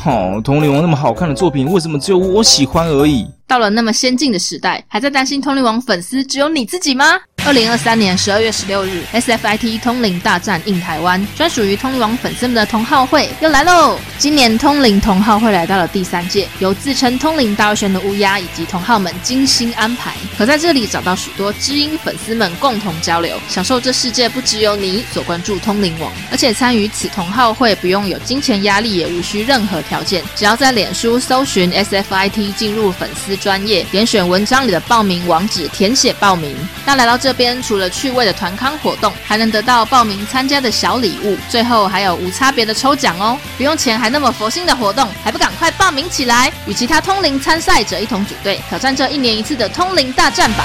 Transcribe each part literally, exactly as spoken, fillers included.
哦，通灵王那么好看的作品，为什么只有我喜欢而已？ 到了那么先进的时代，还在担心通灵王粉丝只有你自己吗？二零二三年十二月十六日 ，S F I T 通灵大战印台湾，专属于通灵王粉丝们的同好会又来喽！今年通灵同好会来到了第三届，由自称通灵大外宣的乌鸦以及同好们精心安排，可在这里找到许多知音粉丝们共同交流，享受这世界不只有你所关注通灵王，而且参与此同好会不用有金钱压力，也无需任何条件，只要在脸书搜寻 S F I T 进入粉丝专页，点选文章里的报名网址填写报名。那来到这边，除了趣味的团康活动，还能得到报名参加的小礼物，最后还有无差别的抽奖哦！不用钱还那么佛心的活动，还不赶快报名起来，与其他通灵参赛者一同组队，挑战这一年一次的通灵大战吧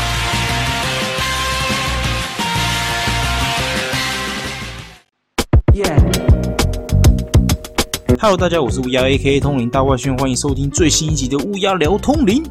！Hello， 大家好，我是乌鸦 A K A 通灵大外宣，欢迎收听最新一集的乌鸦聊通灵。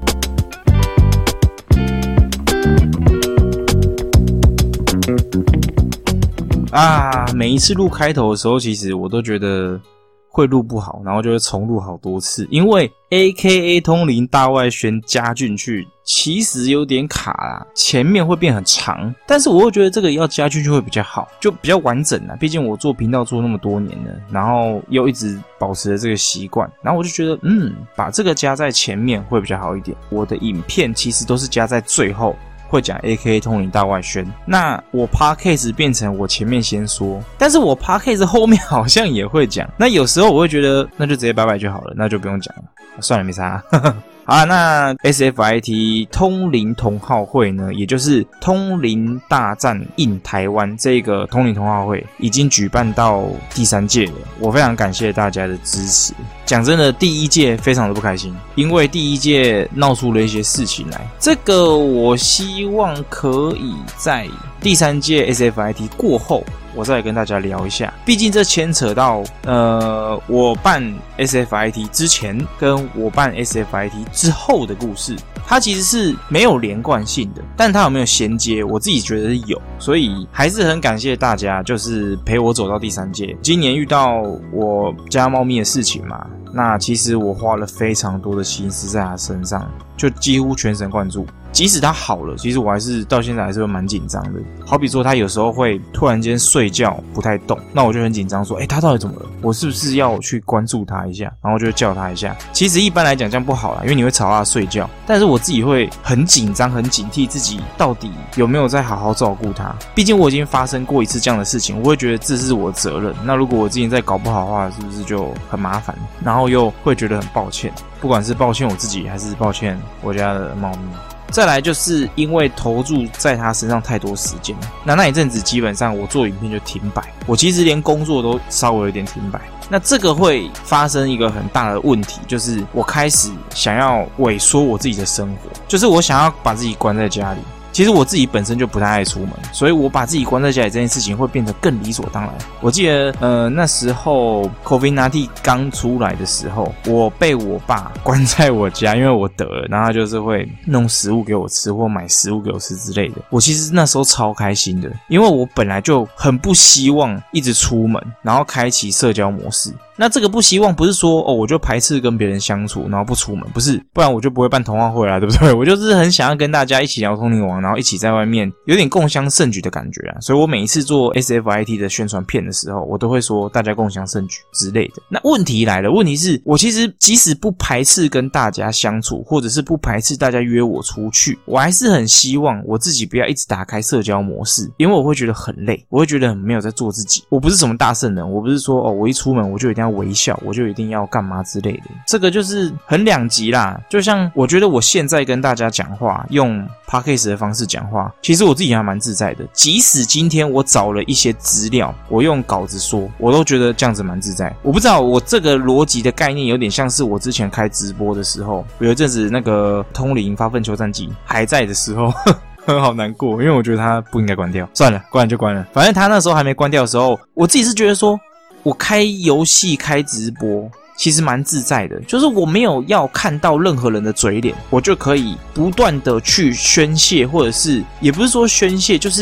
啊，每一次录开头的时候，其实我都觉得会录不好，然后就会重录好多次，因为 A K A 通灵大外宣加进去，其实有点卡啦，前面会变很长，但是我会觉得这个要加进去会比较好，就比较完整啦。毕竟我做频道做那么多年了，然后又一直保持了这个习惯，然后我就觉得，嗯，把这个加在前面会比较好一点。我的影片其实都是加在最后。会讲 A K A 通灵大外宣，那我 Podcast 变成我前面先说，但是我 Podcast 后面好像也会讲，那有时候我会觉得那就直接拜拜就好了，那就不用讲了，算了没差好啦，那 S F I T 通灵同好会呢，也就是通灵大战印台湾这个通灵同好会已经举办到第三届了，我非常感谢大家的支持。讲真的，第一届非常的不开心，因为第一届闹出了一些事情来，这个我希望可以在第三届 S F I T 过后我再来跟大家聊一下，毕竟这牵扯到呃我办 S F I T 之前跟我办 S F I T 之后的故事，它其实是没有连贯性的，但它有没有衔接，我自己觉得是有，所以还是很感谢大家，就是陪我走到第三届。今年遇到我家猫咪的事情嘛，那其实我花了非常多的心思在它身上，就几乎全神贯注。即使它好了，其实我还是到现在还是会蛮紧张的。好比说它有时候会突然间睡觉不太动，那我就很紧张说，诶，它到底怎么了？我是不是要去关注它一下？然后就叫它一下。其实一般来讲这样不好啦，因为你会吵它睡觉。但是我自己会很紧张、很警惕自己到底有没有在好好照顾它。毕竟我已经发生过一次这样的事情，我会觉得这是我的责任。那如果我之前再搞不好的话，是不是就很麻烦？然后又会觉得很抱歉，不管是抱歉我自己，还是抱歉我家的猫咪。再来就是因为投注在他身上太多时间，那那一阵子基本上我做影片就停摆，我其实连工作都稍微有点停摆。那这个会发生一个很大的问题，就是我开始想要萎缩我自己的生活，就是我想要把自己关在家里。其实我自己本身就不太爱出门，所以我把自己关在家里这件事情会变得更理所当然。我记得呃那时候 COVID 十九 刚出来的时候，我被我爸关在我家，因为我得了，然后他就是会弄食物给我吃或买食物给我吃之类的。我其实那时候超开心的，因为我本来就很不希望一直出门，然后开启社交模式。那这个不希望不是说哦我就排斥跟别人相处，然后不出门，不是，不然我就不会办同好会啦，对不对？我就是很想要跟大家一起聊通灵王，然后一起在外面有点共襄盛举的感觉啊。所以我每一次做 S F I T 的宣传片的时候，我都会说大家共襄盛举之类的。那问题来了，问题是我其实即使不排斥跟大家相处，或者是不排斥大家约我出去，我还是很希望我自己不要一直打开社交模式，因为我会觉得很累，我会觉得很没有在做自己。我不是什么大圣人，我不是说哦我一出门我就一定要微笑，我就一定要干嘛之类的，这个就是很两极啦。就像我觉得我现在跟大家讲话用 Podcast 的方式讲话，其实我自己还蛮自在的，即使今天我找了一些资料，我用稿子说，我都觉得这样子蛮自在。我不知道我这个逻辑的概念有点像是我之前开直播的时候，有一阵子那个通灵发愤求战记还在的时候很好难过，因为我觉得他不应该关掉，算了，关了就关了。反正他那时候还没关掉的时候，我自己是觉得说我开游戏开直播其实蛮自在的，就是我没有要看到任何人的嘴脸，我就可以不断的去宣泄，或者是也不是说宣泄，就是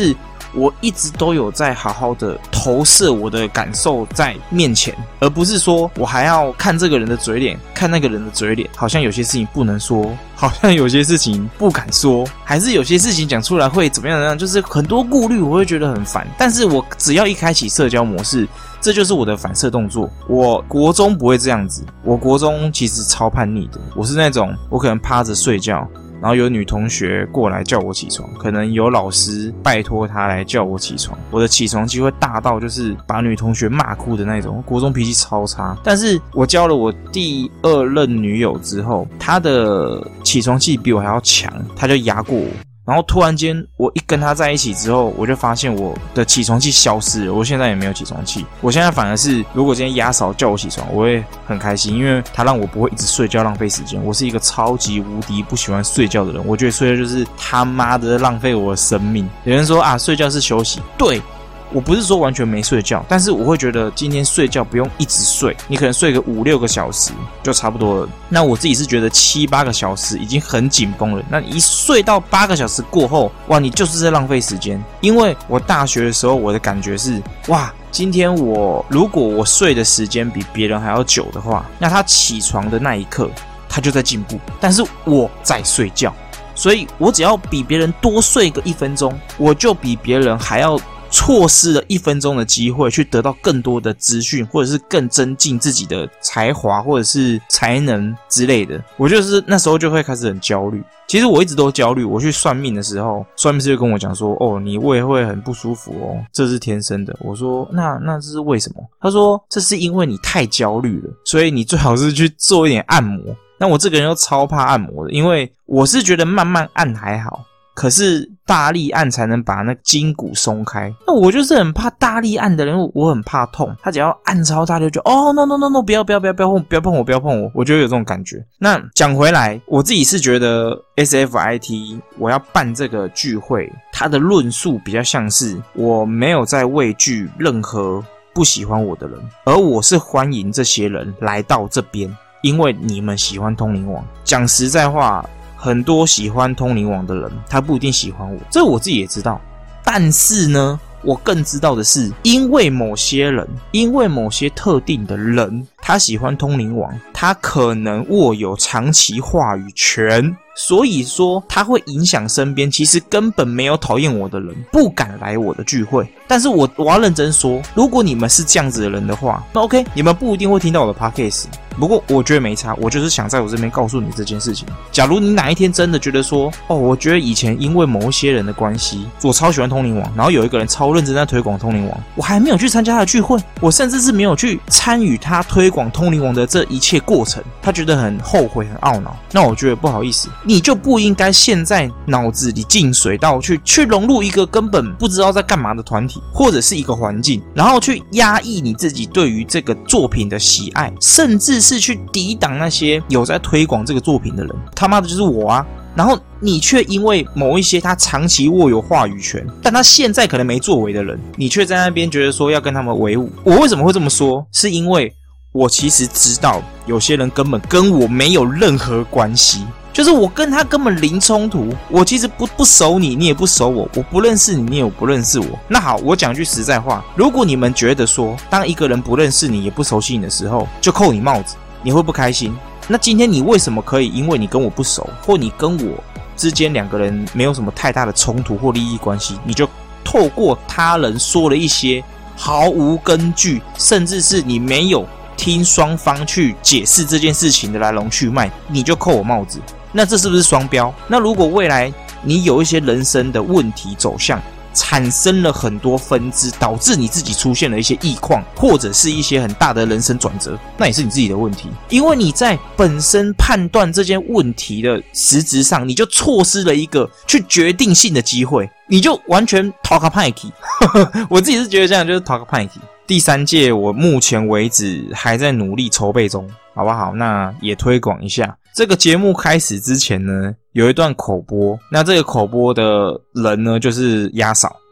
我一直都有在好好的投射我的感受在面前，而不是说我还要看这个人的嘴脸，看那个人的嘴脸，好像有些事情不能说，好像有些事情不敢说，还是有些事情讲出来会怎么样怎么样，就是很多顾虑，我会觉得很烦。但是我只要一开启社交模式，这就是我的反射动作。我国中不会这样子，我国中其实超叛逆的，我是那种我可能趴着睡觉，然后有女同学过来叫我起床，可能有老师拜托她来叫我起床，我的起床气会大到就是把女同学骂哭的那种，国中脾气超差。但是我交了我第二任女友之后，她的起床气比我还要强，她就压过我。然后突然间我一跟他在一起之后，我就发现我的起床气消失了，我现在也没有起床气。我现在反而是如果今天鸭嫂叫我起床，我会很开心，因为他让我不会一直睡觉浪费时间。我是一个超级无敌不喜欢睡觉的人，我觉得睡觉就是他妈的浪费我的生命。有人说啊，睡觉是休息，对，我不是说完全没睡觉，但是我会觉得今天睡觉不用一直睡，你可能睡个五六个小时就差不多了。那我自己是觉得七八个小时已经很紧绷了，那你一睡到八个小时过后，哇，你就是在浪费时间。因为我大学的时候我的感觉是，哇，今天我如果我睡的时间比别人还要久的话，那他起床的那一刻他就在进步，但是我在睡觉，所以我只要比别人多睡个一分钟，我就比别人还要错失了一分钟的机会去得到更多的资讯，或者是更增进自己的才华或者是才能之类的。我就是那时候就会开始很焦虑。其实我一直都焦虑，我去算命的时候，算命师就跟我讲说，哦，你胃会很不舒服哦，这是天生的。我说那那这是为什么？他说这是因为你太焦虑了，所以你最好是去做一点按摩。那我这个人又超怕按摩的，因为我是觉得慢慢按还好，可是大力按才能把那筋骨松开。那我就是很怕大力按的人，我很怕痛。他只要按超大，就觉得哦 no no no no 不要不要不要不要碰不要碰我不要碰我，我就有这种感觉。那讲回来，我自己是觉得 S F I T 我要办这个聚会，它的论述比较像是我没有在畏惧任何不喜欢我的人，而我是欢迎这些人来到这边，因为你们喜欢通灵王。讲实在话，很多喜欢通灵王的人他不一定喜欢我，这我自己也知道。但是呢，我更知道的是，因为某些人，因为某些特定的人他喜欢通灵王，他可能握有长期话语权，所以说他会影响身边其实根本没有讨厌我的人，不敢来我的聚会。但是我我要认真说，如果你们是这样子的人的话，那 OK， 你们不一定会听到我的 podcast， 不过我觉得没差，我就是想在我这边告诉你这件事情。假如你哪一天真的觉得说，哦，我觉得以前因为某一些人的关系，我超喜欢通灵王，然后有一个人超认真在推广通灵王，我还没有去参加他的聚会，我甚至是没有去参与他推广通灵王的这一切过程，他觉得很后悔很懊恼，那我觉得不好意思，你就不应该现在脑子里进水到去去融入一个根本不知道在干嘛的团体或者是一个环境，然后去压抑你自己对于这个作品的喜爱，甚至是去抵挡那些有在推广这个作品的人。他妈的就是我啊，然后你却因为某一些他长期握有话语权，但他现在可能没作为的人，你却在那边觉得说要跟他们为伍。我为什么会这么说？是因为我其实知道有些人根本跟我没有任何关系，就是我跟他根本零冲突，我其实不不熟你，你也不熟我，我不认识你，你也不认识我。那好，我讲句实在话，如果你们觉得说当一个人不认识你也不熟悉你的时候就扣你帽子，你会不开心？那今天你为什么可以因为你跟我不熟，或你跟我之间两个人没有什么太大的冲突或利益关系，你就透过他人说了一些毫无根据，甚至是你没有听双方去解释这件事情的来龙去脉，你就扣我帽子？那这是不是双标？那如果未来你有一些人生的问题走向产生了很多分支，导致你自己出现了一些异况，或者是一些很大的人生转折，那也是你自己的问题，因为你在本身判断这件问题的实质上，你就错失了一个去决定性的机会，你就完全讨个派气。我自己是觉得这样就是讨个派气。第三届我目前为止还在努力筹备中，好不好？那也推广一下。这个节目开始之前呢，有一段口播，那这个口播的人呢就是鸭嫂。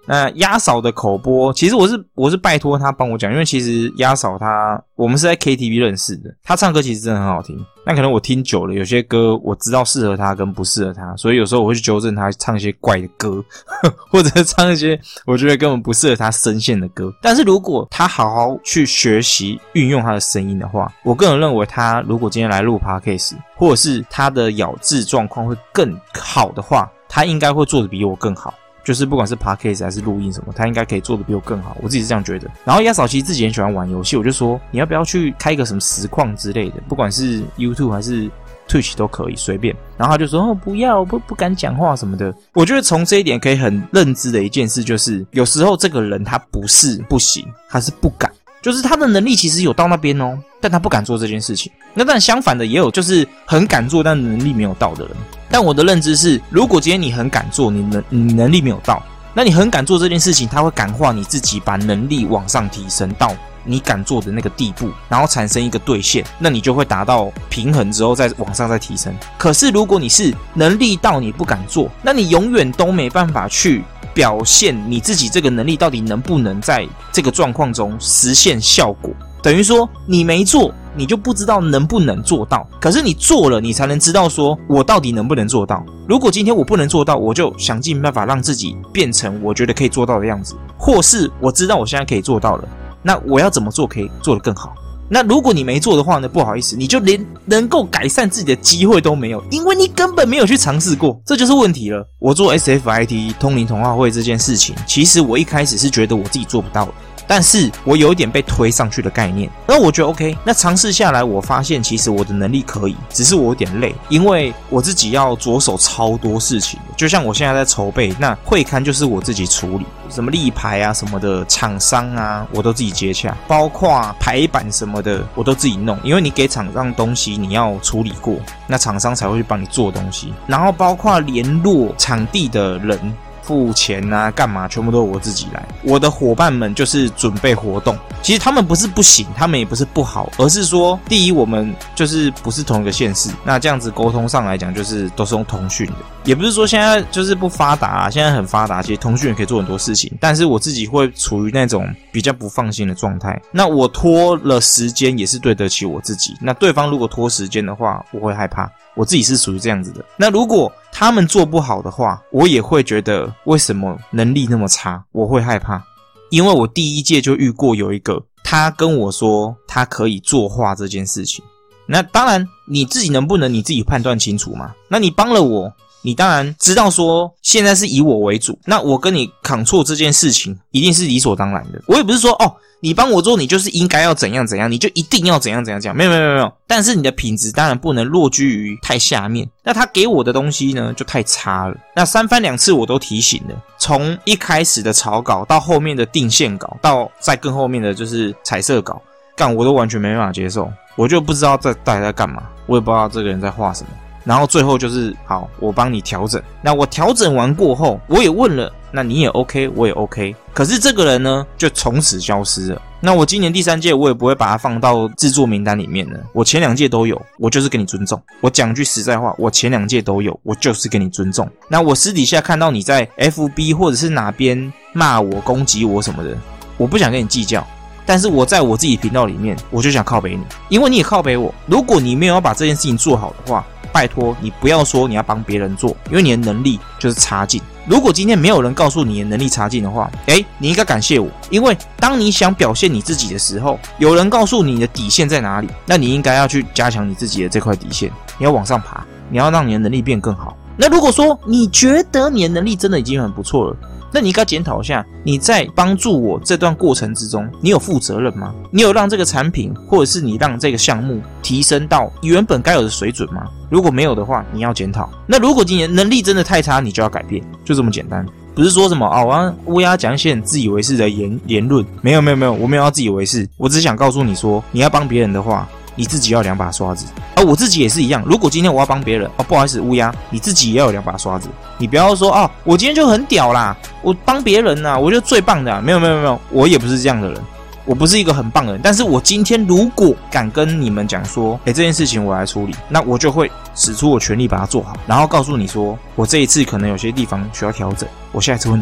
那鸭嫂的口播，其实我是我是拜托他帮我讲，因为其实鸭嫂他我们是在 K T V 认识的，他唱歌其实真的很好听。那可能我听久了，有些歌我知道适合他跟不适合他，所以有时候我会去纠正他唱一些怪的歌，或者唱一些我觉得根本不适合他声线的歌。但是如果他好好去学习运用他的声音的话，我个人认为他如果今天来录 Podcast， 或者是他的咬字状况会更好的话，他应该会做得比我更好。就是不管是 podcast 还是录音什么，他应该可以做得比我更好，我自己是这样觉得。然后鸭嫂其实自己很喜欢玩游戏，我就说你要不要去开一个什么实况之类的，不管是 YouTube 还是 Twitch 都可以随便。然后他就说哦不要，不不敢讲话什么的。我觉得从这一点可以很认知的一件事就是，有时候这个人他不是不行，他是不敢。就是他的能力其实有到那边哦，但他不敢做这件事情。那当然相反的也有，就是很敢做但能力没有到的人。但我的认知是，如果今天你很敢做，你能你能力没有到，那你很敢做这件事情，它会感化你自己，把能力往上提升到你敢做的那个地步，然后产生一个兑现，那你就会达到平衡之后再往上再提升。可是如果你是能力到你不敢做，那你永远都没办法去表现你自己这个能力到底能不能在这个状况中实现效果。等于说你没做，你就不知道能不能做到，可是你做了，你才能知道说我到底能不能做到。如果今天我不能做到，我就想尽办法让自己变成我觉得可以做到的样子，或是我知道我现在可以做到了，那我要怎么做可以做得更好。那如果你没做的话呢，不好意思，你就连能够改善自己的机会都没有，因为你根本没有去尝试过，这就是问题了。我做 S F I T 通灵同好会这件事情，其实我一开始是觉得我自己做不到的，但是我有一点被推上去的概念，那我觉得 OK， 那尝试下来我发现其实我的能力可以，只是我有点累，因为我自己要着手超多事情的，就像我现在在筹备，那会刊就是我自己处理，什么立牌啊什么的，厂商啊我都自己接洽，包括排版什么的我都自己弄，因为你给厂商东西你要处理过，那厂商才会去帮你做东西，然后包括联络场地的人付钱啊干嘛全部都是我自己来。我的伙伴们就是准备活动，其实他们不是不行，他们也不是不好，而是说第一我们就是不是同一个县市，那这样子沟通上来讲就是都是用通讯的，也不是说现在就是不发达啊，现在很发达，其实通讯也可以做很多事情，但是我自己会处于那种比较不放心的状态，那我拖了时间也是对得起我自己，那对方如果拖时间的话我会害怕，我自己是属于这样子的。那如果他们做不好的话，我也会觉得为什么能力那么差，我会害怕。因为我第一届就遇过有一个，他跟我说他可以作画这件事情，那当然你自己能不能你自己判断清楚嘛，那你帮了我，你当然知道说现在是以我为主，那我跟你扛错这件事情一定是理所当然的，我也不是说哦你帮我做你就是应该要怎样怎样，你就一定要怎样怎样讲，没有没有没有，但是你的品质当然不能落居于太下面，那他给我的东西呢就太差了，那三番两次我都提醒了，从一开始的草稿到后面的定线稿到再更后面的就是彩色稿，干我都完全没办法接受，我就不知道这到底在干嘛，我也不知道这个人在画什么，然后最后就是好我帮你调整，那我调整完过后我也问了，那你也 OK 我也 OK， 可是这个人呢就从此消失了。那我今年第三届我也不会把它放到制作名单里面了，我前两届都有，我就是给你尊重，我讲句实在话，我前两届都有，我就是给你尊重。那我私底下看到你在 F B 或者是哪边骂我攻击我什么的，我不想跟你计较，但是我在我自己频道里面我就想靠北你，因为你也靠北我，如果你没有要把这件事情做好的话，拜托你不要说你要帮别人做，因为你的能力就是差劲。如果今天没有人告诉你的能力差劲的话，诶，你应该感谢我，因为当你想表现你自己的时候，有人告诉你你的底线在哪里，那你应该要去加强你自己的这块底线，你要往上爬，你要让你的能力变更好。那如果说你觉得你的能力真的已经很不错了，那你应该检讨一下，你在帮助我这段过程之中，你有负责任吗？你有让这个产品或者是你让这个项目提升到原本该有的水准吗？如果没有的话，你要检讨。那如果今年能力真的太差，你就要改变，就这么简单。不是说什么哦，我要乌鸦讲一些很自以为是的言言论，没有没有没有，我没有要自以为是，我只想告诉你说，你要帮别人的话，你自己要有两把刷子，而、啊、我自己也是一样。如果今天我要帮别人，哦，不好意思，乌鸦，你自己也要有两把刷子。你不要说哦，我今天就很屌啦，我帮别人啦，我就最棒的、啊。没有没有没有，我也不是这样的人，我不是一个很棒的人。但是我今天如果敢跟你们讲说，哎，这件事情我来处理，那我就会使出我全力把它做好，然后告诉你说，我这一次可能有些地方需要调整，我下一次会努力。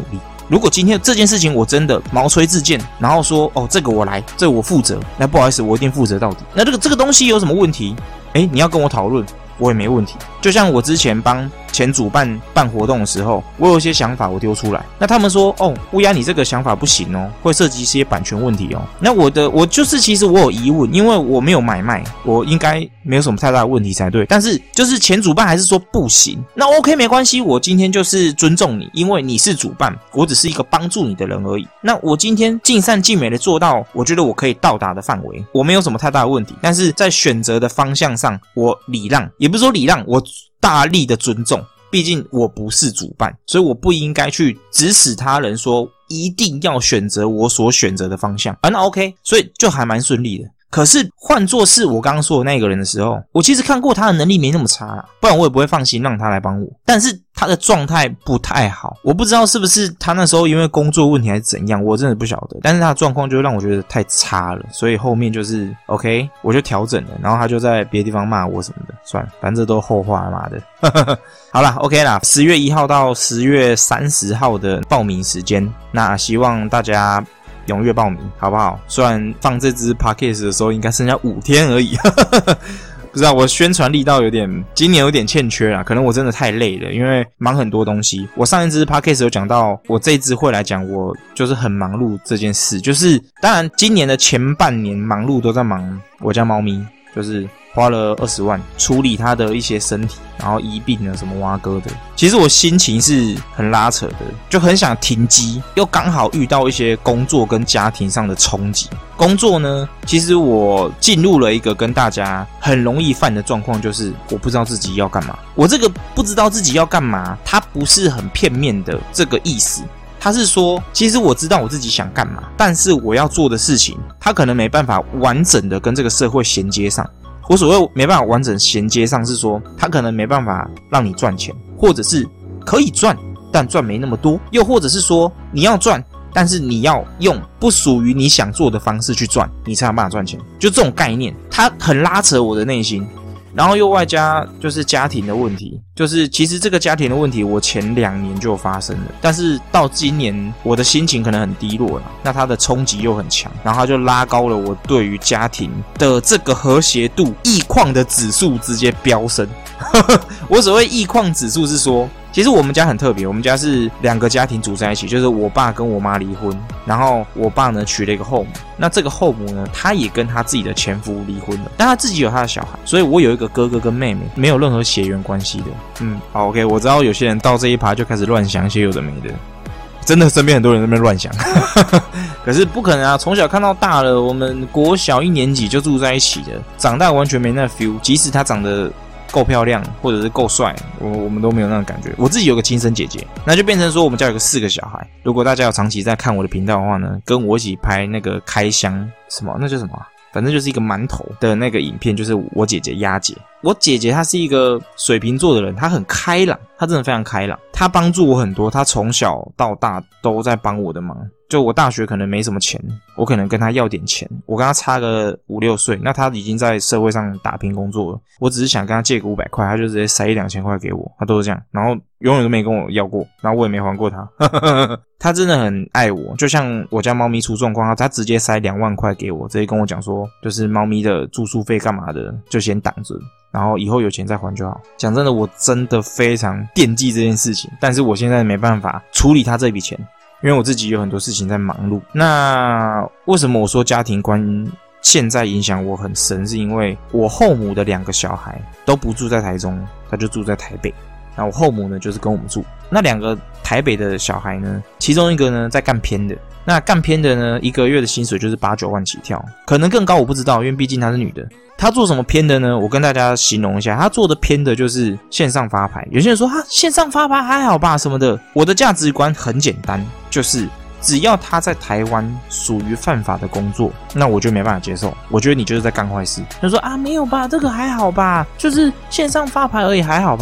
如果今天这件事情我真的毛遂自荐，然后说哦这个我来，这个我负责，那不好意思，我一定负责到底。那这个这个东西有什么问题？诶，你要跟我讨论，我也没问题。就像我之前帮前主办办活动的时候，我有一些想法我丢出来，那他们说哦乌鸦你这个想法不行哦，会涉及一些版权问题哦。那我的我就是其实我有疑问，因为我没有买卖，我应该没有什么太大的问题才对。但是就是前主办还是说不行，那 OK 没关系，我今天就是尊重你，因为你是主办，我只是一个帮助你的人而已。那我今天尽善尽美的做到我觉得我可以到达的范围，我没有什么太大的问题。但是在选择的方向上我礼让，也不是说礼让，我大力的尊重，毕竟我不是主办，所以我不应该去指使他人说一定要选择我所选择的方向啊。那 OK， 所以就还蛮顺利的。可是换作是我刚刚说的那个人的时候，我其实看过他的能力没那么差啦，不然我也不会放心让他来帮我。但是他的状态不太好，我不知道是不是他那时候因为工作问题还是怎样，我真的不晓得。但是他的状况就让我觉得太差了，所以后面就是 OK， 我就调整了，然后他就在别的地方骂我什么的，算了，反正这都后话了，妈的。好啦 OK 啦，十月一号到十月三十号的报名时间，那希望大家踊跃报名好不好？虽然放这支 podcast 的时候应该剩下五天而已不知道，我宣传力道有点今年有点欠缺啦，可能我真的太累了，因为忙很多东西。我上一支 podcast 有讲到，我这一支会来讲我就是很忙碌这件事，就是当然今年的前半年忙碌都在忙我家猫咪，就是花了二十万处理他的一些身体，然后医病啊什么挖哥的。其实我心情是很拉扯的，就很想停机，又刚好遇到一些工作跟家庭上的冲击。工作呢，其实我进入了一个跟大家很容易犯的状况，就是我不知道自己要干嘛。我这个不知道自己要干嘛，它不是很片面的这个意思。他是说其实我知道我自己想干嘛，但是我要做的事情他可能没办法完整的跟这个社会衔接上。我所谓没办法完整衔接上是说他可能没办法让你赚钱，或者是可以赚但赚没那么多，又或者是说你要赚但是你要用不属于你想做的方式去赚，你才有办法赚钱，就这种概念它很拉扯我的内心。然后又外加就是家庭的问题，就是其实这个家庭的问题我前两年就发生了，但是到今年我的心情可能很低落了，那它的冲击又很强，然后它就拉高了我对于家庭的这个和谐度异况的指数直接飙升我所谓异况指数是说其实我们家很特别，我们家是两个家庭组在一起，就是我爸跟我妈离婚，然后我爸呢娶了一个后母，那这个后母呢她也跟她自己的前夫离婚了，但她自己有她的小孩，所以我有一个哥哥跟妹妹，没有任何血缘关系的。嗯，好 OK， 我知道有些人到这一趴就开始乱想一些有的没的，真的身边很多人在那边乱想可是不可能啊，从小看到大了，我们国小一年级就住在一起的，长大完全没那 feel， 即使他长得够漂亮或者是够帅，我我们都没有那种感觉。我自己有个亲生姐姐，那就变成说我们家有个四个小孩。如果大家有长期在看我的频道的话呢，跟我一起拍那个开箱什么那叫什么、啊、反正就是一个馒头的那个影片，就是我姐姐鸭姐。我姐姐她是一个水瓶座的人，她很开朗，她真的非常开朗，她帮助我很多，她从小到大都在帮我的忙。就我大学可能没什么钱，我可能跟他要点钱，我跟他差个五六岁，那他已经在社会上打拼工作了，我只是想跟他借个五百块，他就直接塞一两千块给我，他都是这样，然后永远都没跟我要过，然后我也没还过他他真的很爱我，就像我家猫咪出状况，他直接塞两万块给我，直接跟我讲说就是猫咪的住宿费干嘛的就先挡着，然后以后有钱再还就好。讲真的，我真的非常惦记这件事情，但是我现在没办法处理他这笔钱，因为我自己有很多事情在忙碌。那为什么我说家庭观现在影响我很深，是因为我后母的两个小孩都不住在台中，他就住在台北，那我后母呢就是跟我们住。那两个台北的小孩呢，其中一个呢在干偏的，那干偏的呢一个月的薪水就是八九万起跳，可能更高我不知道，因为毕竟她是女的。她做什么偏的呢？我跟大家形容一下，她做的偏的就是线上发牌。有些人说哈线上发牌还好吧什么的，我的价值观很简单，就是只要他在台湾属于犯法的工作，那我就没办法接受，我觉得你就是在干坏事。他说啊没有吧，这个还好吧，就是线上发牌而已还好吧。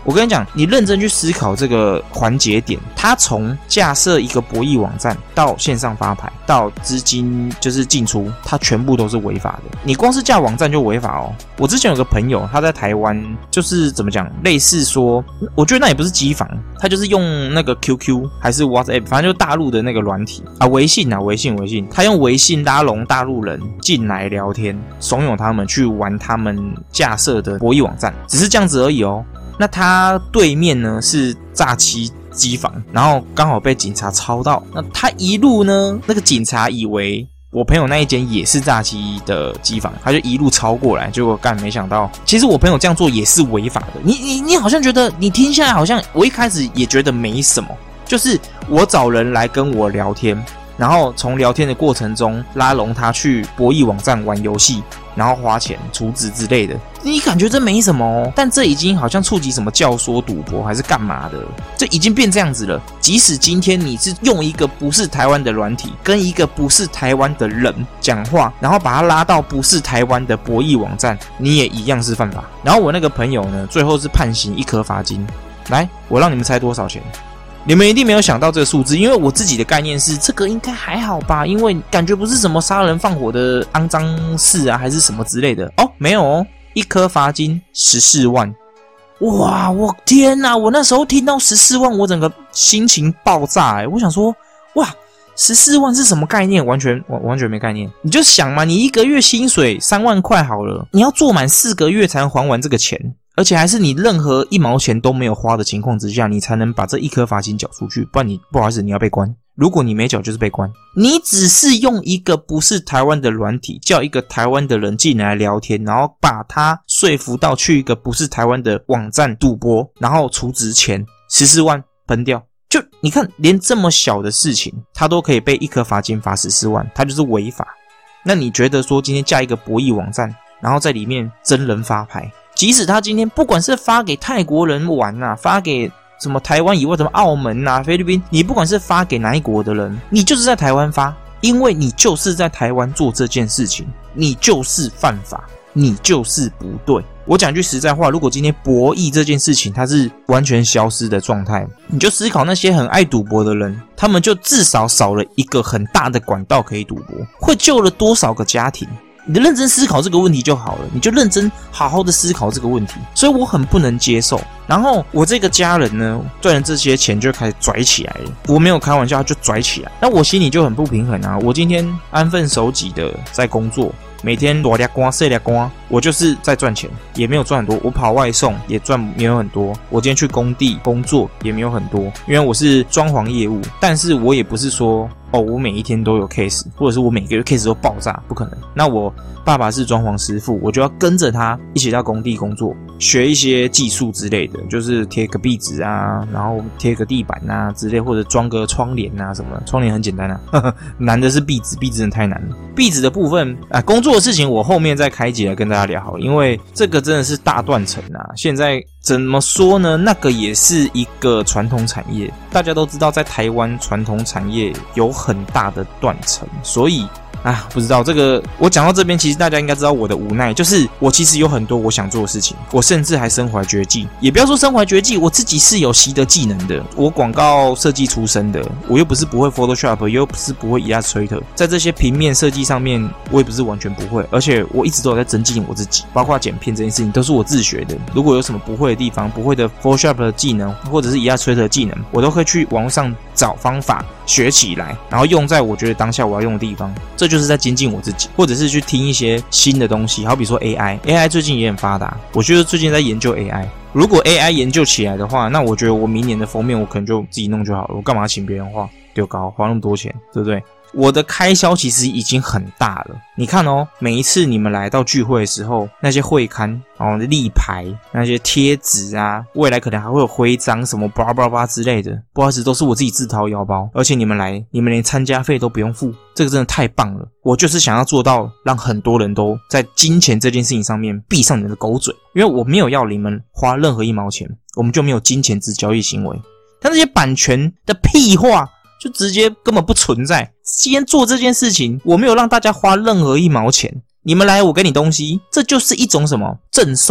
我跟你讲，你认真去思考这个环节点，它从架设一个博弈网站到线上发牌到资金就是进出，它全部都是违法的。你光是架网站就违法哦。我之前有个朋友，他在台湾就是怎么讲，类似说，我觉得那也不是机房，他就是用那个 Q Q 还是 WhatsApp， 反正就大陆的那个软体啊，微信啊，微信微信，他用微信拉拢大陆人进来聊天，怂恿他们去玩他们架设的博弈网站，只是这样子而已哦。那他对面呢是诈欺机房，然后刚好被警察抄到，那他一路呢，那个警察以为我朋友那一间也是诈欺的机房，他就一路抄过来，结果干没想到，其实我朋友这样做也是违法的。你你你好像觉得，你听下来好像，我一开始也觉得没什么，就是我找人来跟我聊天，然后从聊天的过程中拉拢他去博弈网站玩游戏，然后花钱储值之类的，你感觉这没什么哦，但这已经好像触及什么教唆赌博还是干嘛的，这已经变这样子了。即使今天你是用一个不是台湾的软体跟一个不是台湾的人讲话，然后把他拉到不是台湾的博弈网站，你也一样是犯法。然后我那个朋友呢，最后是判刑一颗罚金。来，我让你们猜多少钱？你们一定没有想到这个数字，因为我自己的概念是这个应该还好吧，因为感觉不是什么杀人放火的肮脏事啊，还是什么之类的。哦，没有哦，一颗罚金十四万。哇，我天哪，我那时候听到十四万，我整个心情爆炸欸，我想说，哇，十四万是什么概念？完全完全没概念。你就想嘛，你一个月薪水三万块好了，你要做满四个月才能还完这个钱。而且还是你任何一毛钱都没有花的情况之下，你才能把这一颗罚金缴出去，不然你不好意思，你要被关。如果你没缴就是被关。你只是用一个不是台湾的软体，叫一个台湾的人进来聊天，然后把他说服到去一个不是台湾的网站赌博，然后储值钱十四万喷掉。就你看，连这么小的事情，他都可以被一颗罚金罚十四万，他就是违法。那你觉得说今天架一个博弈网站，然后在里面真人发牌？即使他今天不管是发给泰国人玩啊，发给什么台湾以外什么澳门啊、菲律宾，你不管是发给哪一国的人，你就是在台湾发，因为你就是在台湾做这件事情，你就是犯法，你就是不对。我讲句实在话，如果今天博弈这件事情它是完全消失的状态，你就思考那些很爱赌博的人，他们就至少少了一个很大的管道可以赌博，会救了多少个家庭？你认真思考这个问题就好了，你就认真好好的思考这个问题。所以我很不能接受。然后我这个家人呢，赚了这些钱就开始拽起来了，我没有开玩笑，就拽起来。那我心里就很不平衡啊！我今天安分守己的在工作，每天大粒光细粒光，我就是在赚钱，也没有赚很多。我跑外送也赚没有很多，我今天去工地工作也没有很多，因为我是装潢业务，但是我也不是说哦，我每一天都有 case， 或者是我每个月 case 都爆炸，不可能。那我爸爸是装潢师傅，我就要跟着他一起到工地工作，学一些技术之类的，就是贴个壁纸啊，然后贴个地板啊之类，或者装个窗帘啊什么的。窗帘很简单啊，呵呵，难的是壁纸，壁纸真的太难了。壁纸的部分啊，工作的事情我后面再开集来跟大家聊好了，因为这个真的是大断层啊。现在怎么说呢？那个也是一个传统产业，大家都知道，在台湾传统产业有很大的断层，所以啊，不知道这个，我讲到这边，其实大家应该知道我的无奈，就是我其实有很多我想做的事情，我甚至还身怀绝技，也不要说身怀绝技，我自己是有习得技能的。我广告设计出身的，我又不是不会 Photoshop， 又不是不会 Illustrator， 在这些平面设计上面，我也不是完全不会，而且我一直都有在增进我自己，包括剪片这件事情都是我自学的。如果有什么不会的地方，不会的 Photoshop 的技能，或者是 Illustrator 的技能，我都会去网络上找方法学起来，然后用在我觉得当下我要用的地方。这就是在精进我自己，或者是去听一些新的东西，好比说 A I，A I 最近也很发达，我觉得最近在研究 A I。如果 A I 研究起来的话，那我觉得我明年的封面我可能就自己弄就好了，我干嘛请别人画？丢高花那么多钱，对不对？我的开销其实已经很大了。你看哦，每一次你们来到聚会的时候，那些会刊、哦立牌、那些贴纸啊，未来可能还会有徽章什么巴拉巴拉之类的，不好意思，都是我自己自掏腰包。而且你们来，你们连参加费都不用付，这个真的太棒了。我就是想要做到，让很多人都在金钱这件事情上面闭上你们的狗嘴，因为我没有要你们花任何一毛钱，我们就没有金钱之交易行为。但那些版权的屁话，就直接根本不存在。今天做这件事情，我没有让大家花任何一毛钱，你们来我给你东西，这就是一种什么赠送。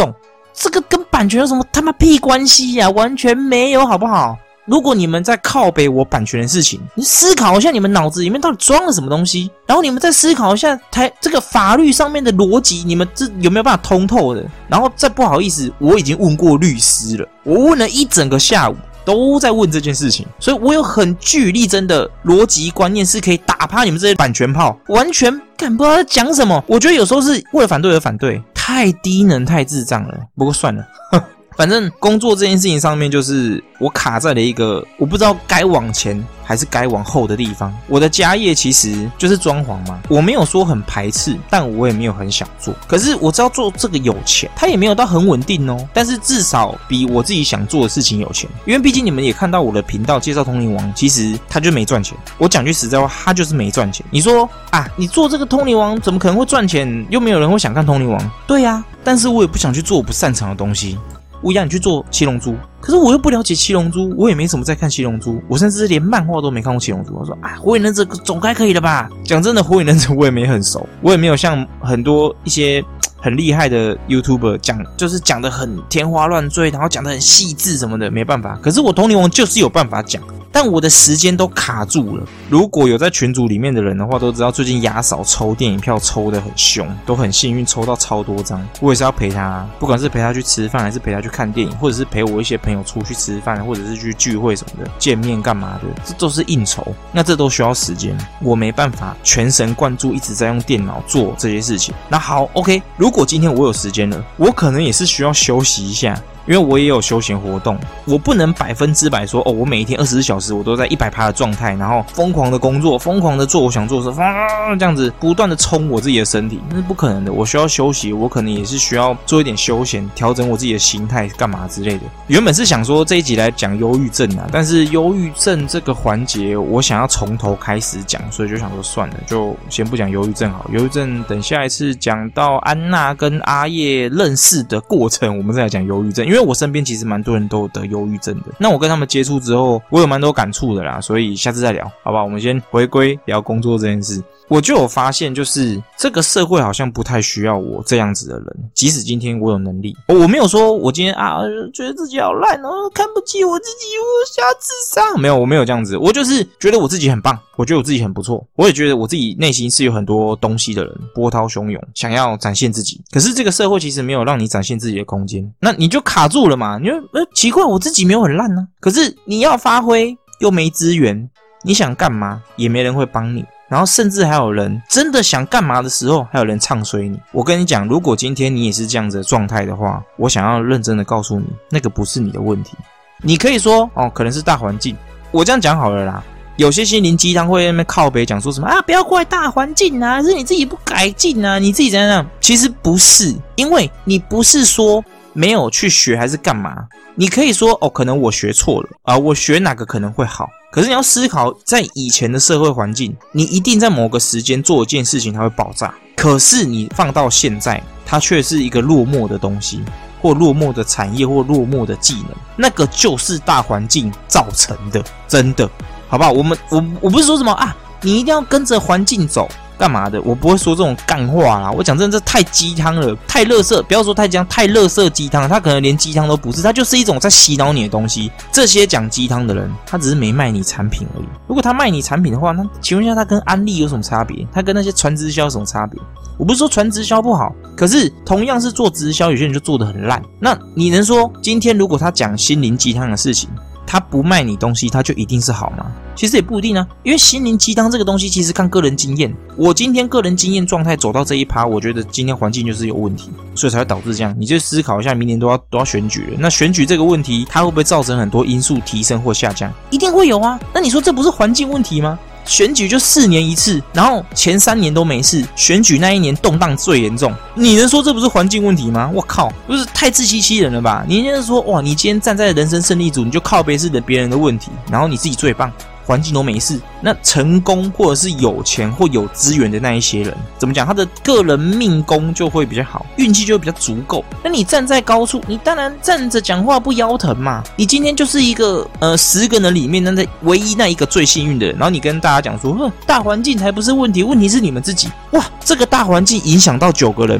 这个跟版权有什么他妈屁关系呀、啊？完全没有，好不好？如果你们在靠北我版权的事情，你思考一下你们脑子里面到底装了什么东西，然后你们再思考一下台这个法律上面的逻辑，你们这有没有办法通透的？然后再不好意思，我已经问过律师了，我问了一整个下午，都在问这件事情，所以我有很据理力争的逻辑观念，是可以打趴你们这些版权炮，完全干不知道在讲什么。我觉得有时候是为了反对而反对，太低能太智障了。不过算了。反正工作这件事情上面，就是我卡在了一个我不知道该往前还是该往后的地方。我的家业其实就是装潢嘛，我没有说很排斥，但我也没有很想做。可是我知道做这个有钱，它也没有到很稳定哦，但是至少比我自己想做的事情有钱。因为毕竟你们也看到我的频道介绍通灵王，其实他就没赚钱。我讲句实在话，他就是没赚钱。你说啊，你做这个通灵王怎么可能会赚钱？又没有人会想看通灵王。对啊，但是我也不想去做我不擅长的东西。我要你去做七龙珠，可是我又不了解七龙珠，我也没什么在看七龙珠，我甚至连漫画都没看过七龙珠。我说啊，火影忍者总该可以了吧？讲真的，火影忍者我也没很熟，我也没有像很多一些很厉害的 YouTuber 讲，就是讲得很天花乱坠，然后讲得很细致什么的，没办法。可是我通灵王就是有办法讲，但我的时间都卡住了。如果有在群组里面的人的话，都知道最近牙嫂抽电影票抽得很凶，都很幸运抽到超多张。我也是要陪他，不管是陪他去吃饭，还是陪他去看电影，或者是陪我一些朋友出去吃饭，或者是去聚会什么的，见面干嘛的，这都是应酬，那这都需要时间。我没办法全神贯注一直在用电脑做这些事情。那好 OK， 如果今天我有时间了，我可能也是需要休息一下，因为我也有休闲活动，我不能百分之百说哦，我每一天二十四小时我都在 百分之百 的状态，然后疯狂的工作，疯狂的做我想做的事，这样子不断的冲我自己的身体，那是不可能的。我需要休息，我可能也是需要做一点休闲，调整我自己的心态，干嘛之类的。原本是想说这一集来讲忧郁症啊，但是忧郁症这个环节我想要从头开始讲，所以就想说算了，就先不讲忧郁症好。忧郁症等下一次讲到安娜跟阿叶认识的过程，我们再来讲忧郁症。因为我身边其实蛮多人都有得忧郁症的，那我跟他们接触之后，我有蛮多感触的啦，所以下次再聊，好吧？我们先回归聊工作这件事。我就有发现，就是这个社会好像不太需要我这样子的人，即使今天我有能力，我没有说我今天啊觉得自己好烂哦，看不起我自己，我想要自杀，没有，我没有这样子，我就是觉得我自己很棒，我觉得我自己很不错，我也觉得我自己内心是有很多东西的人，波涛汹涌，想要展现自己。可是这个社会其实没有让你展现自己的空间，那你就卡住了嘛？你就呃奇怪，我自己没有很烂呢、啊，可是你要发挥又没资源，你想干嘛也没人会帮你。然后甚至还有人真的想干嘛的时候，还有人唱衰你。我跟你讲，如果今天你也是这样子的状态的话，我想要认真的告诉你，那个不是你的问题。你可以说哦，可能是大环境。我这样讲好了啦。有些心灵鸡汤会在那边靠北讲说什么啊，不要怪大环境啊，是你自己不改进啊，你自己怎样怎样。其实不是，因为你不是说没有去学还是干嘛。你可以说哦，可能我学错了啊、呃，我学哪个可能会好。可是你要思考，在以前的社会环境，你一定在某个时间做一件事情，它会爆炸。可是你放到现在，它却是一个落寞的东西，或落寞的产业，或落寞的技能，那个就是大环境造成的，真的，好不好？我们我我不是说什么啊，你一定要跟着环境走。干嘛的？我不会说这种干话啦。我讲真的，这太鸡汤了，太垃圾。不要说太鸡汤，太垃圾鸡汤，它可能连鸡汤都不是，它就是一种在洗脑你的东西。这些讲鸡汤的人，他只是没卖你产品而已。如果他卖你产品的话，那请问一下，他跟安利有什么差别？他跟那些传直销有什么差别？我不是说传直销不好，可是同样是做直销，有些人就做得很烂。那你能说，今天如果他讲心灵鸡汤的事情，他不卖你东西，他就一定是好吗？其实也不一定啊，因为心灵鸡汤这个东西其实看个人经验。我今天个人经验状态走到这一趴，我觉得今天环境就是有问题，所以才会导致这样。你就思考一下，明年都要都要选举了，那选举这个问题，它会不会造成很多因素提升或下降？一定会有啊。那你说这不是环境问题吗？选举就四年一次，然后前三年都没事，选举那一年动荡最严重，你能说这不是环境问题吗？我靠，不是太自欺欺人了吧？你就是说，哇，你今天站在人生胜利组，你就靠背是的别人的问题，然后你自己最棒，环境都没事。那成功或者是有钱或有资源的那一些人，怎么讲？他的个人命宫就会比较好，运气就会比较足够。那你站在高处，你当然站着讲话不腰疼嘛。你今天就是一个呃十个人里面那唯一那一个最幸运的人，然后你跟大家讲说，大环境才不是问题，问题是你们自己。哇，这个大环境影响到九个人。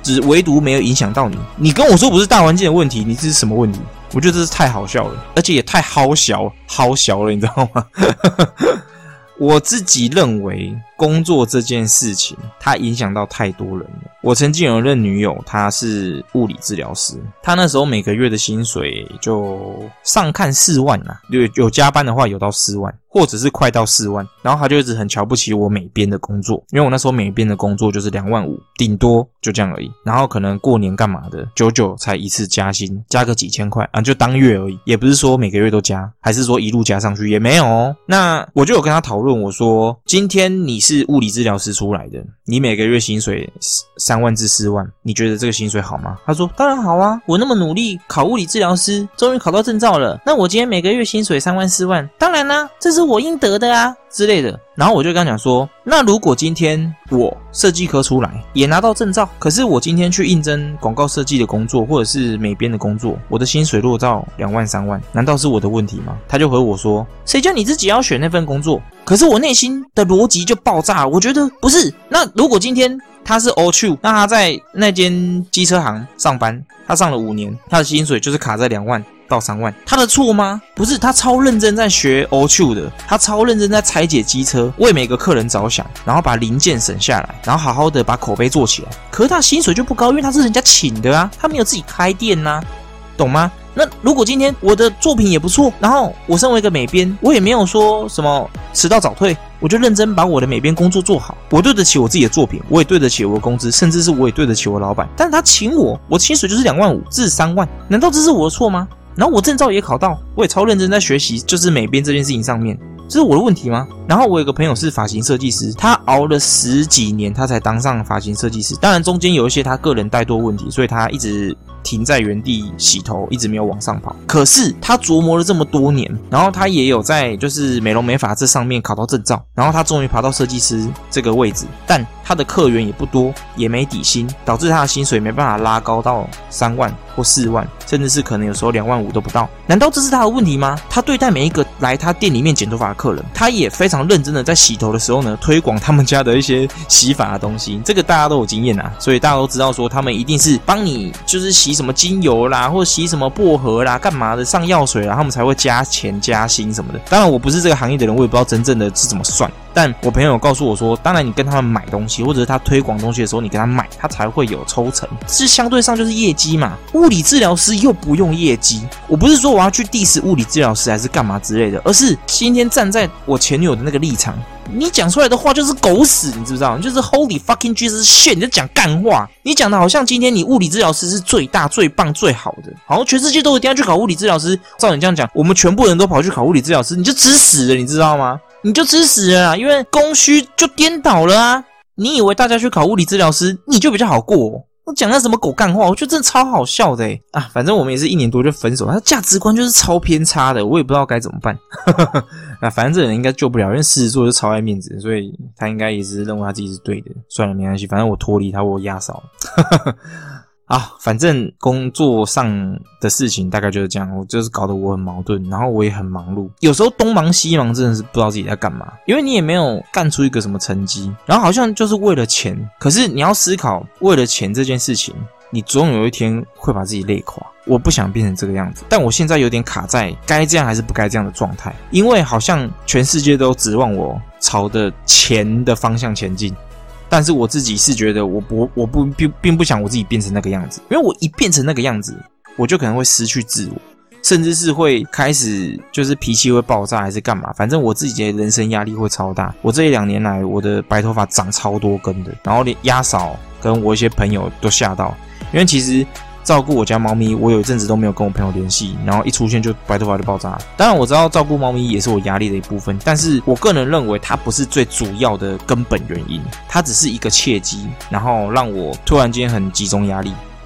只唯独没有影响到你。你跟我说不是大环境的问题，你这是什么问题？我觉得这是太好笑了，而且也太好小好小了，你知道吗？我自己认为工作这件事情它影响到太多人了。我曾经有一任女友，她是物理治疗师，她那时候每个月的薪水就上看四万啊，有有加班的话有到四万，或者是快到四万。然后她就一直很瞧不起我美编的工作，因为我那时候美编的工作就是两万五，顶多就这样而已。然后可能过年干嘛的，久久才一次加薪，加个几千块啊，就当月而已，也不是说每个月都加，还是说一路加上去，也没有哦。那我就有跟她讨论，我说今天你是物理治疗师出来的，你每个月薪水三万至四万，你觉得这个薪水好吗？他说当然好啊，我那么努力考物理治疗师，终于考到证照了，那我今天每个月薪水三万四万，当然啦、啊，这是我应得的啊之类的。然后我就跟他讲说，那如果今天我设计科出来也拿到证照，可是我今天去应征广告设计的工作或者是美编的工作，我的薪水落到两万三万，难道是我的问题吗？他就回我说，谁叫你自己要选那份工作？可是我内心的逻辑就爆炸，我觉得不是。那如果今天他是 O 二， 那他在那间机车行上班，他上了五年，他的薪水就是卡在两万到三万，他的错吗？不是，他超认真在学 O 二 的，他超认真在拆解机车，为每个客人着想，然后把零件省下来，然后好好的把口碑做起来。可是他薪水就不高，因为他是人家请的啊，他没有自己开店啊，懂吗？那如果今天我的作品也不错，然后我身为一个美编，我也没有说什么迟到早退，我就认真把我的美编工作做好，我对得起我自己的作品，我也对得起我的工资，甚至是我也对得起我的老板。但是他请我，我薪水就是两万五至三万，难道这是我的错吗？然后我证照也考到，我也超认真在学习，就是美编这件事情上面，这是我的问题吗？然后我有个朋友是发型设计师，他熬了十几年他才当上发型设计师，当然中间有一些他个人怠惰问题，所以他一直停在原地洗头，一直没有往上跑。可是他琢磨了这么多年，然后他也有在就是美容美发这上面考到证照，然后他终于爬到设计师这个位置，但他的客源也不多，也没底薪，导致他的薪水没办法拉高到三万或四万，甚至是可能有时候两万五都不到。难道这是他的问题吗？他对待每一个来他店里面剪头发的客人，他也非常认真的在洗头的时候呢，推广他们家的一些洗发的东西。这个大家都有经验啊，所以大家都知道说他们一定是帮你就是洗什么精油啦，或者洗什么薄荷啦，干嘛的上药水啦，他们才会加钱加薪什么的。当然我不是这个行业的人，我也不知道真正的是怎么算。但我朋友有告诉我说，当然你跟他们买东西，或者是他推广东西的时候，你跟他买，他才会有抽成，这相对上就是业绩嘛。物理治疗师又不用业绩，我不是说我要去 diss 物理治疗师还是干嘛之类的，而是今天站在我前女友的那个立场，你讲出来的话就是狗屎，你知不知道？你就是 Holy fucking Jesus shit， 你在讲干话，你讲的好像今天你物理治疗师是最大、最棒、最好的，好像全世界都一定要去考物理治疗师。照你这样讲，我们全部人都跑去考物理治疗师，你就吃屎了，你知道吗？你就吃屎了啊，因为供需就颠倒了啊！你以为大家去考物理治疗师，你就比较好过哦？我讲那什么狗干话，我觉得真的超好笑的诶啊！反正我们也是一年多就分手，他价值观就是超偏差的，我也不知道该怎么办。那反正这个人应该救不了，因为狮子座就超爱面子，所以他应该也是认为他自己是对的。算了，没关系，反正我脱离他，我压哨。啊，反正工作上的事情大概就是这样，我就是搞得我很矛盾，然后我也很忙碌，有时候东忙西忙，真的是不知道自己在干嘛，因为你也没有干出一个什么成绩，然后好像就是为了钱，可是你要思考，为了钱这件事情，你总有一天会把自己累垮。我不想变成这个样子，但我现在有点卡在该这样还是不该这样的状态，因为好像全世界都指望我朝着钱的方向前进。但是我自己是觉得我不我不并并不想我自己变成那个样子，因为我一变成那个样子，我就可能会失去自我，甚至是会开始就是脾气会爆炸还是干嘛，反正我自己的人生压力会超大。我这一两年来我的白头发长超多根的，然后连压嫂跟我一些朋友都吓到，因为其实照顾我家猫咪，我有一阵子都没有跟我朋友联系，然后一出现就白头发就爆炸。当然我知道照顾猫咪也是我压力的一部分，但是我个人认为它不是最主要的根本原因，它只是一个契机，然后让我突然间很集中压力。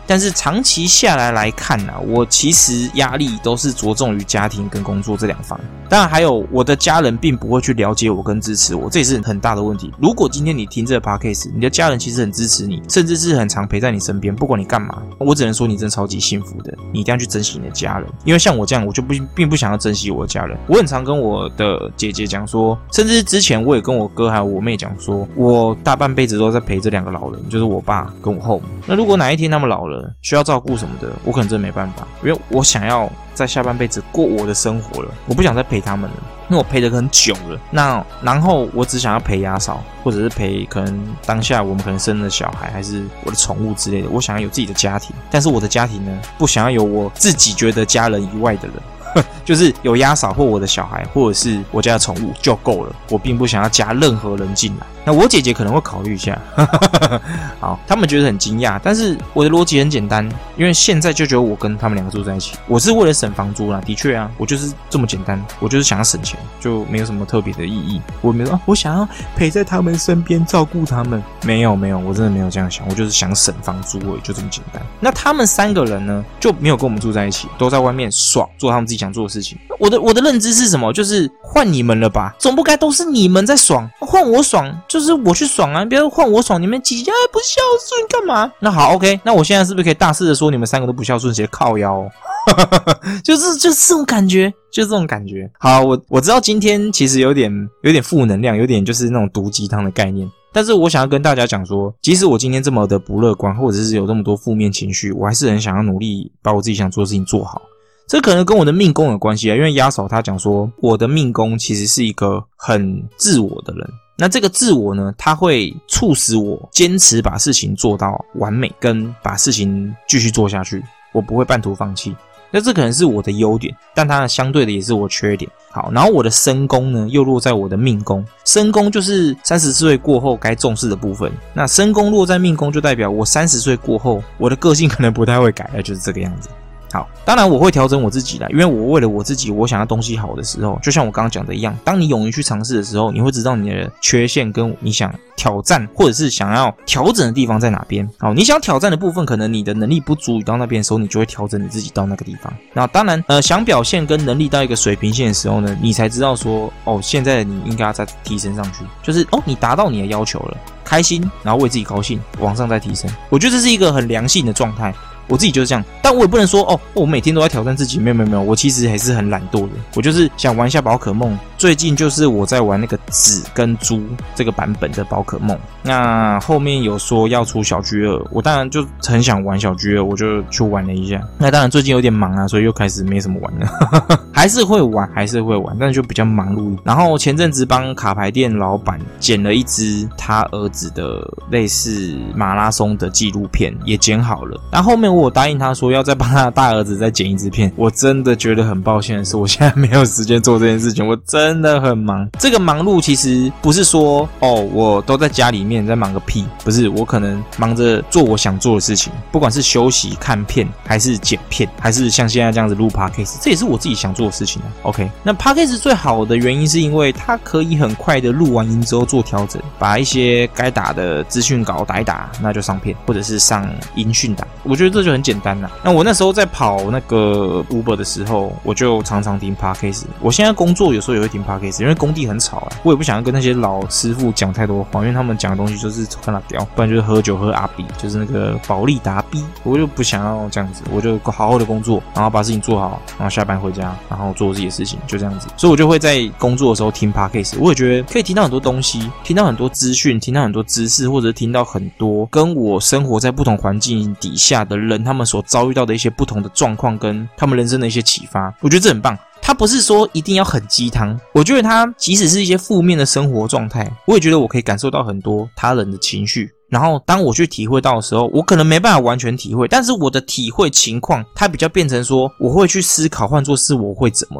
但是长期下来来看啊，我其实压力都是着重于家庭跟工作这两方。当然还有我的家人并不会去了解我跟支持我，这也是很大的问题。如果今天你听这个 podcast， 你的家人其实很支持你，甚至是很常陪在你身边，不管你干嘛，我只能说你真的超级幸福的，你一定要去珍惜你的家人。因为像我这样，我就不并不想要珍惜我的家人。我很常跟我的姐姐讲说，甚至之前我也跟我哥还有我妹讲说，我大半辈子都在陪这两个老人，就是我爸跟我后母。那如果哪一天他们老了，需要照顾什么的，我可能真的没办法，因为我想要在下半辈子过我的生活了，我不想再陪他们了，因为我陪得很久了。那然后我只想要陪牙嫂，或者是陪可能当下我们可能生了小孩，还是我的宠物之类的。我想要有自己的家庭，但是我的家庭呢，不想要有我自己觉得家人以外的人。就是有鸭嫂或我的小孩，或者是我家的宠物就够了，我并不想要加任何人进来。那我姐姐可能会考虑一下，好，他们觉得很惊讶，但是我的逻辑很简单，因为现在就只有我跟他们两个住在一起，我是为了省房租啦，的确啊，我就是这么简单，我就是想要省钱，就没有什么特别的意义。我没有说、啊、我想要陪在他们身边照顾他们，没有没有，我真的没有这样想，我就是想省房租而已，就这么简单。那他们三个人呢，就没有跟我们住在一起，都在外面爽，做他们自己想做的事情。我的我的认知是什么？就是换你们了吧，总不该都是你们在爽，换我爽就是我去爽啊，不要换我爽，你们几家不孝顺干嘛？那好 OK， 那我现在是不是可以大肆的说你们三个都不孝顺，直接靠腰哦？就是就是这种感觉，就是这种感觉。好，我我知道今天其实有点有点负能量，有点就是那种毒鸡汤的概念。但是我想要跟大家讲说，即使我今天这么的不乐观，或者是有这么多负面情绪，我还是很想要努力把我自己想做的事情做好。这可能跟我的命宫有关系啊，因为鸭嫂她讲说，我的命宫其实是一个很自我的人。那这个自我呢，它会促使我坚持把事情做到完美，跟把事情继续做下去，我不会半途放弃。那这可能是我的优点，但它相对的也是我缺点。好，然后我的身宫呢，又落在我的命宫。身宫就是三十岁过后该重视的部分。那身宫落在命宫，就代表我三十岁过后，我的个性可能不太会改了，就是这个样子。好，当然我会调整我自己啦，因为我为了我自己，我想要东西好的时候，就像我刚刚讲的一样，当你勇于去尝试的时候，你会知道你的缺陷跟你想挑战或者是想要调整的地方在哪边。好，你想挑战的部分，可能你的能力不足以到那边的时候，你就会调整你自己到那个地方。那当然，呃，想表现跟能力到一个水平线的时候呢，你才知道说，哦，现在的你应该要再提升上去，就是哦，你达到你的要求了，开心，然后为自己高兴，往上再提升。我觉得这是一个很良性的状态。我自己就是这样，但我也不能说哦，我每天都在挑战自己，没有没有没有，我其实还是很懒惰的，我就是想玩一下宝可梦。最近就是我在玩那个紫跟猪这个版本的宝可梦，那后面有说要出小 G 二，我当然就很想玩小 G 二，我就去玩了一下。那当然最近有点忙啊，所以又开始没什么玩了，还是会玩，还是会玩，但是就比较忙碌一点。然后前阵子帮卡牌店老板剪了一支他儿子的类似马拉松的纪录片，也剪好了。然后后面我答应他说要再帮他的大儿子再剪一支片，我真的觉得很抱歉的是，我现在没有时间做这件事情，我真的很忙。这个忙碌其实不是说哦，我都在家里面在忙个屁，不是，我可能忙着做我想做的事情，不管是休息、看片，还是剪片，还是像现在这样子录 podcast， 这也是我自己想做的事情啊。OK， 那 podcast 最好的原因是因为它可以很快的录完音之后做调整，把一些该打的资讯稿打一打，那就上片，或者是上音讯档。我觉得这就很简单啦。那我那时候在跑那个 Uber 的时候，我就常常听 podcast。我现在工作有时候也会听 podcast， 因为工地很吵啊，我也不想要跟那些老师傅讲太多话，因为他们讲的东西就是看他屌，不然就是喝酒喝阿比，就是那个保利达 B， 我就不想要这样子，我就好好的工作，然后把事情做好，然后下班回家，然后做自己的事情，就这样子。所以我就会在工作的时候听 podcast， 我也觉得可以听到很多东西，听到很多资讯，听到很多知识，或者听到很多跟我生活在不同环境底下的人他们所遭遇到的一些不同的状况，跟他们人生的一些启发，我觉得这很棒。它不是说一定要很鸡汤，我觉得它即使是一些负面的生活状态，我也觉得我可以感受到很多他人的情绪，然后当我去体会到的时候，我可能没办法完全体会，但是我的体会情况它比较变成说我会去思考换作是我会怎么做，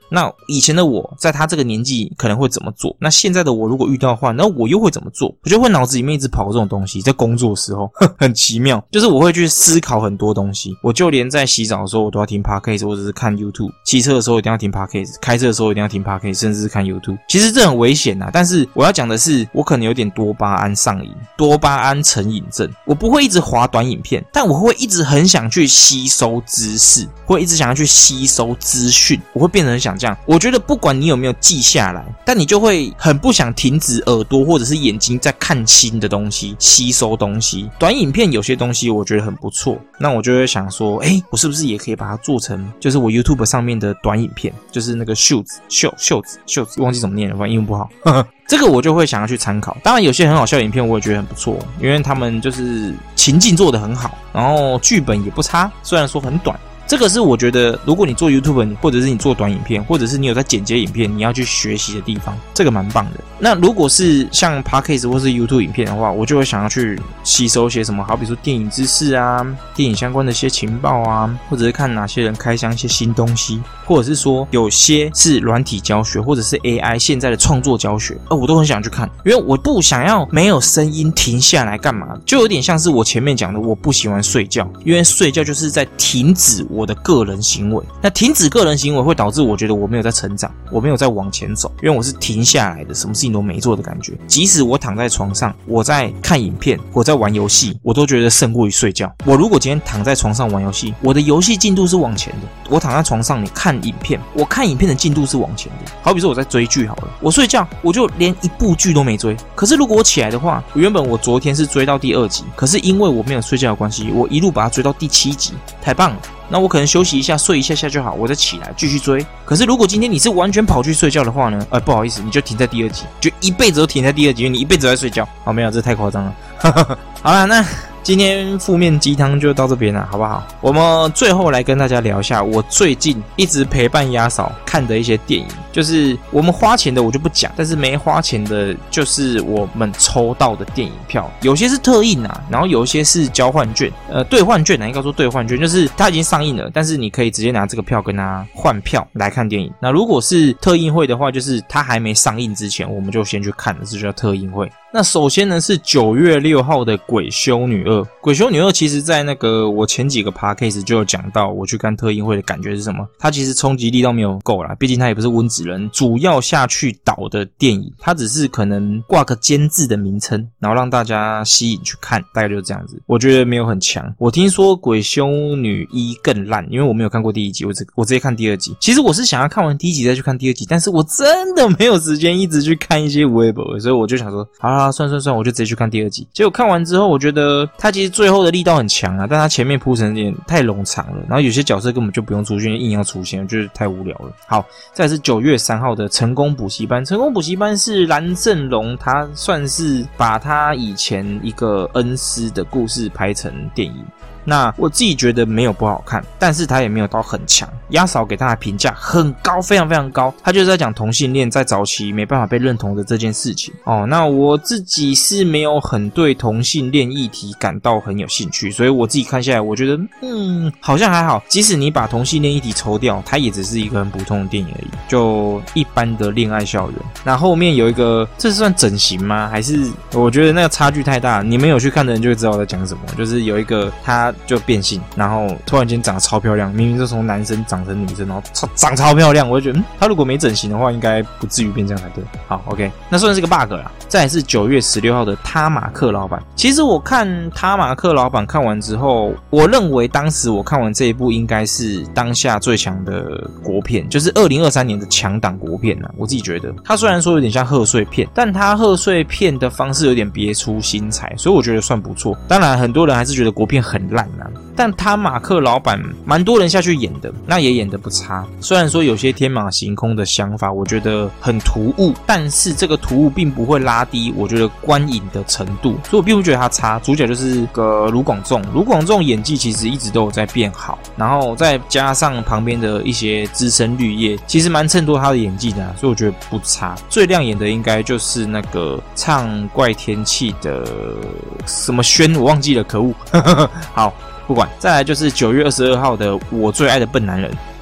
那以前的我在他这个年纪可能会怎么做，那现在的我如果遇到的话，那我又会怎么做，我就会脑子里面一直跑这种东西。在工作的时候很奇妙，就是我会去思考很多东西，我就连在洗澡的时候我都要听 Podcast 或者是看 YouTube， 骑车的时候一定要听 Podcast， 开车的时候一定要听 Podcast， 甚至是看 YouTube。 其实这很危险啊，但是我要讲的是我可能有点多巴胺上瘾，多巴胺成瘾症。我不会一直滑短影片，但我会一直很想去吸收知识，会一直想要去吸收资讯，我会变得很想这样。我觉得不管你有没有记下来，但你就会很不想停止耳朵或者是眼睛在看新的东西，吸收东西。短影片有些东西我觉得很不错，那我就会想说诶我是不是也可以把它做成就是我 YouTube 上面的短影片，就是那个袖子袖袖子袖子忘记怎么念了，反正英文不好呵呵，这个我就会想要去参考。当然有些很好笑的影片我也觉得很不错，因为他们就是情境做得很好，然后剧本也不差，虽然说很短。这个是我觉得如果你做 YouTube 或者是你做短影片，或者是你有在剪接影片，你要去学习的地方，这个蛮棒的。那如果是像 Podcast 或是 YouTube 影片的话，我就会想要去吸收一些什么，好比说电影知识啊，电影相关的一些情报啊，或者是看哪些人开箱一些新东西，或者是说有些是软体教学，或者是 A I 现在的创作教学，呃，我都很想去看，因为我不想要没有声音停下来干嘛，就有点像是我前面讲的，我不喜欢睡觉，因为睡觉就是在停止我的个人行为，那停止个人行为会导致我觉得我没有在成长，我没有在往前走，因为我是停下来的，什么事情都没做的感觉。即使我躺在床上，我在看影片，我在玩游戏，我都觉得胜过于睡觉。我如果今天躺在床上玩游戏，我的游戏进度是往前的，我躺在床上你看影片，我看影片的进度是往前的。好比说我在追剧好了，我睡觉我就连一部剧都没追，可是如果我起来的话，原本我昨天是追到第二集，可是因为我没有睡觉的关系，我一路把它追到第七集，太棒了。那我可能休息一下，睡一下下就好，我再起来继续追。可是如果今天你是完全跑去睡觉的话呢？呃，不好意思，你就停在第二集，就一辈子都停在第二集，因为你一辈子都在睡觉。好，没有，这太夸张了。好啦，那今天负面鸡汤就到这边了，好不好？我们最后来跟大家聊一下我最近一直陪伴鸭嫂看的一些电影，就是我们花钱的我就不讲，但是没花钱的就是我们抽到的电影票，有些是特映啊，然后有一些是交换券，呃，兑换券啊，应该说兑换券，就是它已经上映了，但是你可以直接拿这个票跟它换票来看电影。那如果是特映会的话，就是它还没上映之前，我们就先去看了，这就叫特映会。那首先呢是九月六号的鬼修女二。鬼修女二其实在那个我前几个 podcast 就有讲到我去看特映会的感觉是什么，它其实冲击力道没有够啦，毕竟它也不是温子仁主要下去导的电影，它只是可能挂个监制的名称，然后让大家吸引去看，大概就是这样子。我觉得没有很强。我听说鬼修女一更烂，因为我没有看过第一集，我直我直接看第二集。其实我是想要看完第一集再去看第二集，但是我真的没有时间一直去看一些微博，所以我就想说好啦，算算算，我就直接去看第二集。结果看完之后，我觉得它其实最后的力道很强啊，但它前面铺陈有点太冗长了，然后有些角色根本就不用出现，硬要出现，我觉得太无聊了。好，再来是九月三号的成功补习班。成功补习班是蓝正龙，他算是把他以前一个恩师的故事拍成电影。那我自己觉得没有不好看，但是他也没有到很强。鸭嫂给他的评价很高，非常非常高。他就是在讲同性恋在早期没办法被认同的这件事情哦。那我自己是没有很对同性恋议题感到很有兴趣，所以我自己看下来，我觉得嗯，好像还好。即使你把同性恋议题抽掉，它也只是一个很普通的电影而已，就一般的恋爱校园。那后面有一个，这是算整形吗？还是我觉得那个差距太大，你们有去看的人就会知道我在讲什么。就是有一个他就变性，然后突然间长得超漂亮，明明就从男生长成女生，然后超长超漂亮，我就觉得嗯，他如果没整形的话应该不至于变这样才对。好 OK， 那算是个 bug 啦。再来是九月十六号的他马克老板。其实我看他马克老板看完之后，我认为当时我看完这一部应该是当下最强的国片，就是二零二三年的强档国片啊。我自己觉得他虽然说有点像贺岁片，但他贺岁片的方式有点别出心裁，所以我觉得算不错。当然很多人还是觉得国片很烂啊，但他马克老板蛮多人下去演的，那也演得不差。虽然说有些天马行空的想法我觉得很突兀，但是这个突兀并不会拉低我觉得观影的程度，所以我并不觉得他差。主角就是个卢广仲，卢广仲演技其实一直都有在变好，然后再加上旁边的一些资深绿叶，其实蛮衬托他的演技的啊，所以我觉得不差。最亮眼的应该就是那个唱怪天气的什么轩，我忘记了，可恶。好，不管，再来就是九月二十二号的我最爱的笨男人。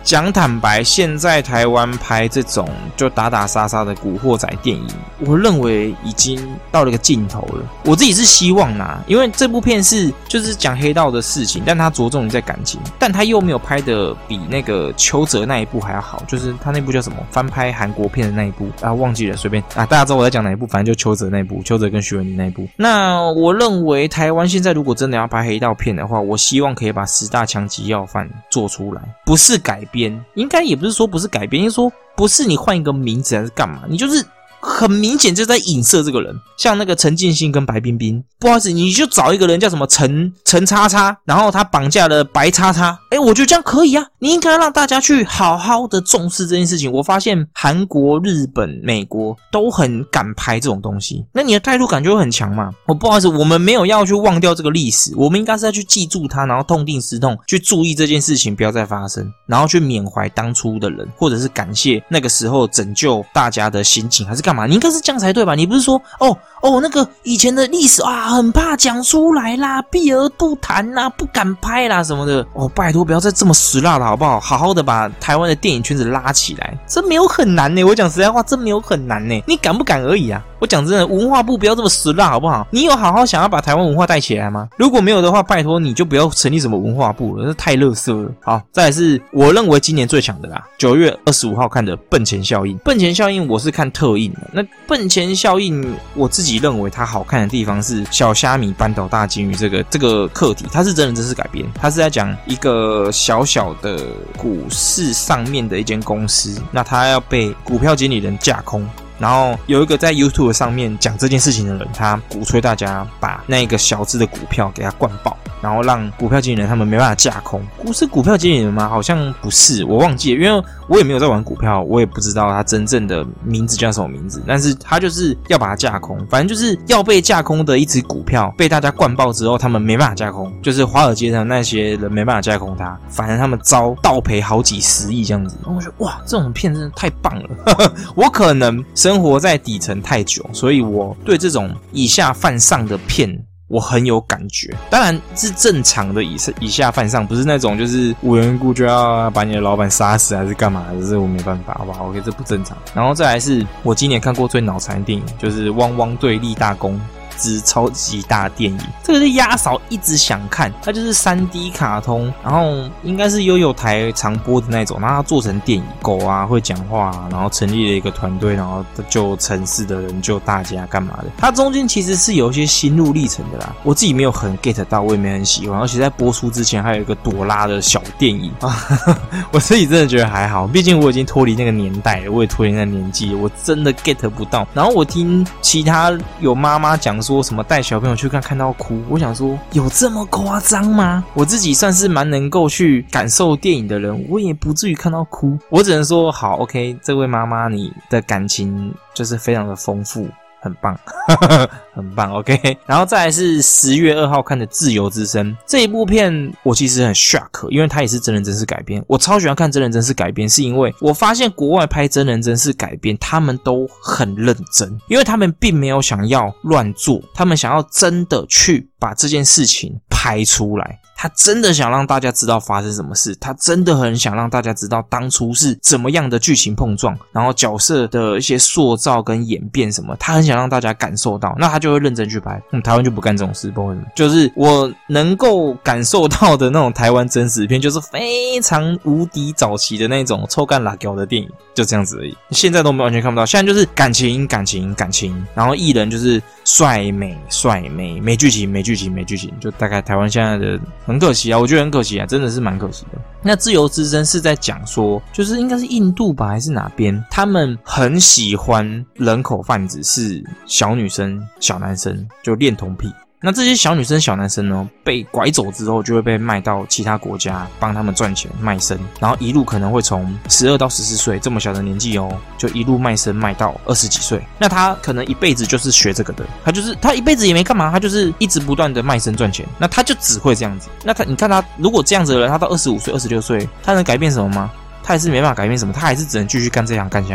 讲坦白，现在台湾拍这种就打打杀杀的古惑仔电影，我认为已经到了一个尽头了。我自己是希望啦，因为这部片是就是讲黑道的事情，但他着重于在感情，但他又没有拍的比那个邱泽那一部还要好，就是他那部叫什么翻拍韩国片的那一部啊，忘记了，随便啊，大家知道我在讲哪一部，反正就邱泽那一部，邱泽跟徐文宁那一部。那我认为台湾现在如果真的要拍黑道片的话，我希望可以把十大枪击要犯做出来，不是改编，应该也不是说不是改编，应该说不是你换一个名字还是干嘛，你就是很明显就在影射这个人，像那个陈建新跟白冰冰，不好意思，你就找一个人叫什么陈陈叉叉，然后他绑架了白叉叉，诶，我觉得这样可以啊，你应该让大家去好好的重视这件事情。我发现韩国、日本、美国都很敢拍这种东西，那你的态度感就会很强嘛。我不好意思，我们没有要去忘掉这个历史，我们应该是要去记住它，然后痛定思痛，去注意这件事情不要再发生，然后去缅怀当初的人，或者是感谢那个时候拯救大家的心情，还是干嘛？你应该是这样才对吧？你不是说哦哦那个以前的历史啊，很怕讲出来啦，避而不谈啦，不敢拍啦什么的。哦，拜托不要再这么死辣了好不好？好好的把台湾的电影圈子拉起来，这没有很难呢。我讲实在话，这没有很难呢，你敢不敢而已啊。我讲真的，文化部不要这么死辣好不好？你有好好想要把台湾文化带起来吗？如果没有的话，拜托你就不要成立什么文化部了，这太垃圾了。好，再来是我认为今年最强的啦，九月二十五号看的《笨钱效应》。笨钱效应我是看特映的，那笨钱效应我自己认为它好看的地方是小虾米扳倒大金鱼这个这个课题，它是真人真事改编，它是在讲一个小小的股市上面的一间公司，那它要被股票经理人架空。然后有一个在 YouTube 上面讲这件事情的人，他鼓吹大家把那个小只的股票给它灌爆，然后让股票经理人他们没办法架空。是股票经理人吗？好像不是，我忘记了，因为我也没有在玩股票，我也不知道他真正的名字叫什么名字。但是他就是要把它架空，反正就是要被架空的一只股票被大家灌爆之后，他们没办法架空，就是华尔街上那些人没办法架空它，反正他们遭倒赔好几十亿这样子。我觉得哇，这种片真的太棒了！我可能生活在底层太久，所以我对这种以下犯上的片我很有感觉。当然是正常的以以下犯上，不是那种就是无缘无故就要把你的老板杀死还是干嘛的，这是我没办法，好不好 ？OK， 这不正常。然后再来是我今年看过最脑残的电影，就是《汪汪队立大功之超级大电影》，这个是鸭嫂一直想看，它就是 三 D 卡通，然后应该是悠悠台常播的那种，然后它做成电影，狗啊会讲话啊，然后成立了一个团队，然后救城市的人，救大家干嘛的。它中间其实是有一些心路历程的啦，我自己没有很 get 到，我也没很喜欢，而且在播出之前还有一个朵拉的小电影啊，我自己真的觉得还好，毕竟我已经脱离那个年代了，我也脱离那个年纪了，我真的 get 不到。然后我听其他有妈妈讲说说什么带小朋友去看看到哭，我想说有这么夸张吗？我自己算是蛮能够去感受电影的人，我也不至于看到哭。我只能说好 OK， 这位妈妈你的感情就是非常的丰富，很棒很棒 OK。 然后再来是十月二号看的《自由之声》这一部片，我其实很 shock， 因为它也是真人真事改编。我超喜欢看真人真事改编，是因为我发现国外拍真人真事改编他们都很认真，因为他们并没有想要乱做，他们想要真的去把这件事情拍出来，他真的想让大家知道发生什么事，他真的很想让大家知道当初是怎么样的剧情碰撞，然后角色的一些塑造跟演变什么，他很想让大家感受到，那他就会认真去拍。嗯，台湾就不干这种事，不知道为什么。就是我能够感受到的那种台湾真实片，就是非常无敌早期的那种臭干辣椒的电影，就这样子而已。现在都没完全看不到，现在就是感情感情感情，然后艺人就是帅美帅美，没剧情没剧情没剧情，就大概台湾现在的很可惜啊，我觉得很可惜啊，真的是蛮可惜的。那自由之声是在讲说，就是应该是印度吧还是哪边，他们很喜欢人口贩子是小女生小男生，就恋童癖。那这些小女生小男生呢，被拐走之后就会被卖到其他国家帮他们赚钱卖身，然后一路可能会从十二到十四岁这么小的年纪哦，就一路卖身卖到二十几岁。那他可能一辈子就是学这个的，他就是他一辈子也没干嘛，他就是一直不断的卖身赚钱，那他就只会这样子。那他你看他如果这样子的人，他到二十五岁二十六岁他能改变什么吗？他还是没办法改变什么，他还是只能继续干这行干下去。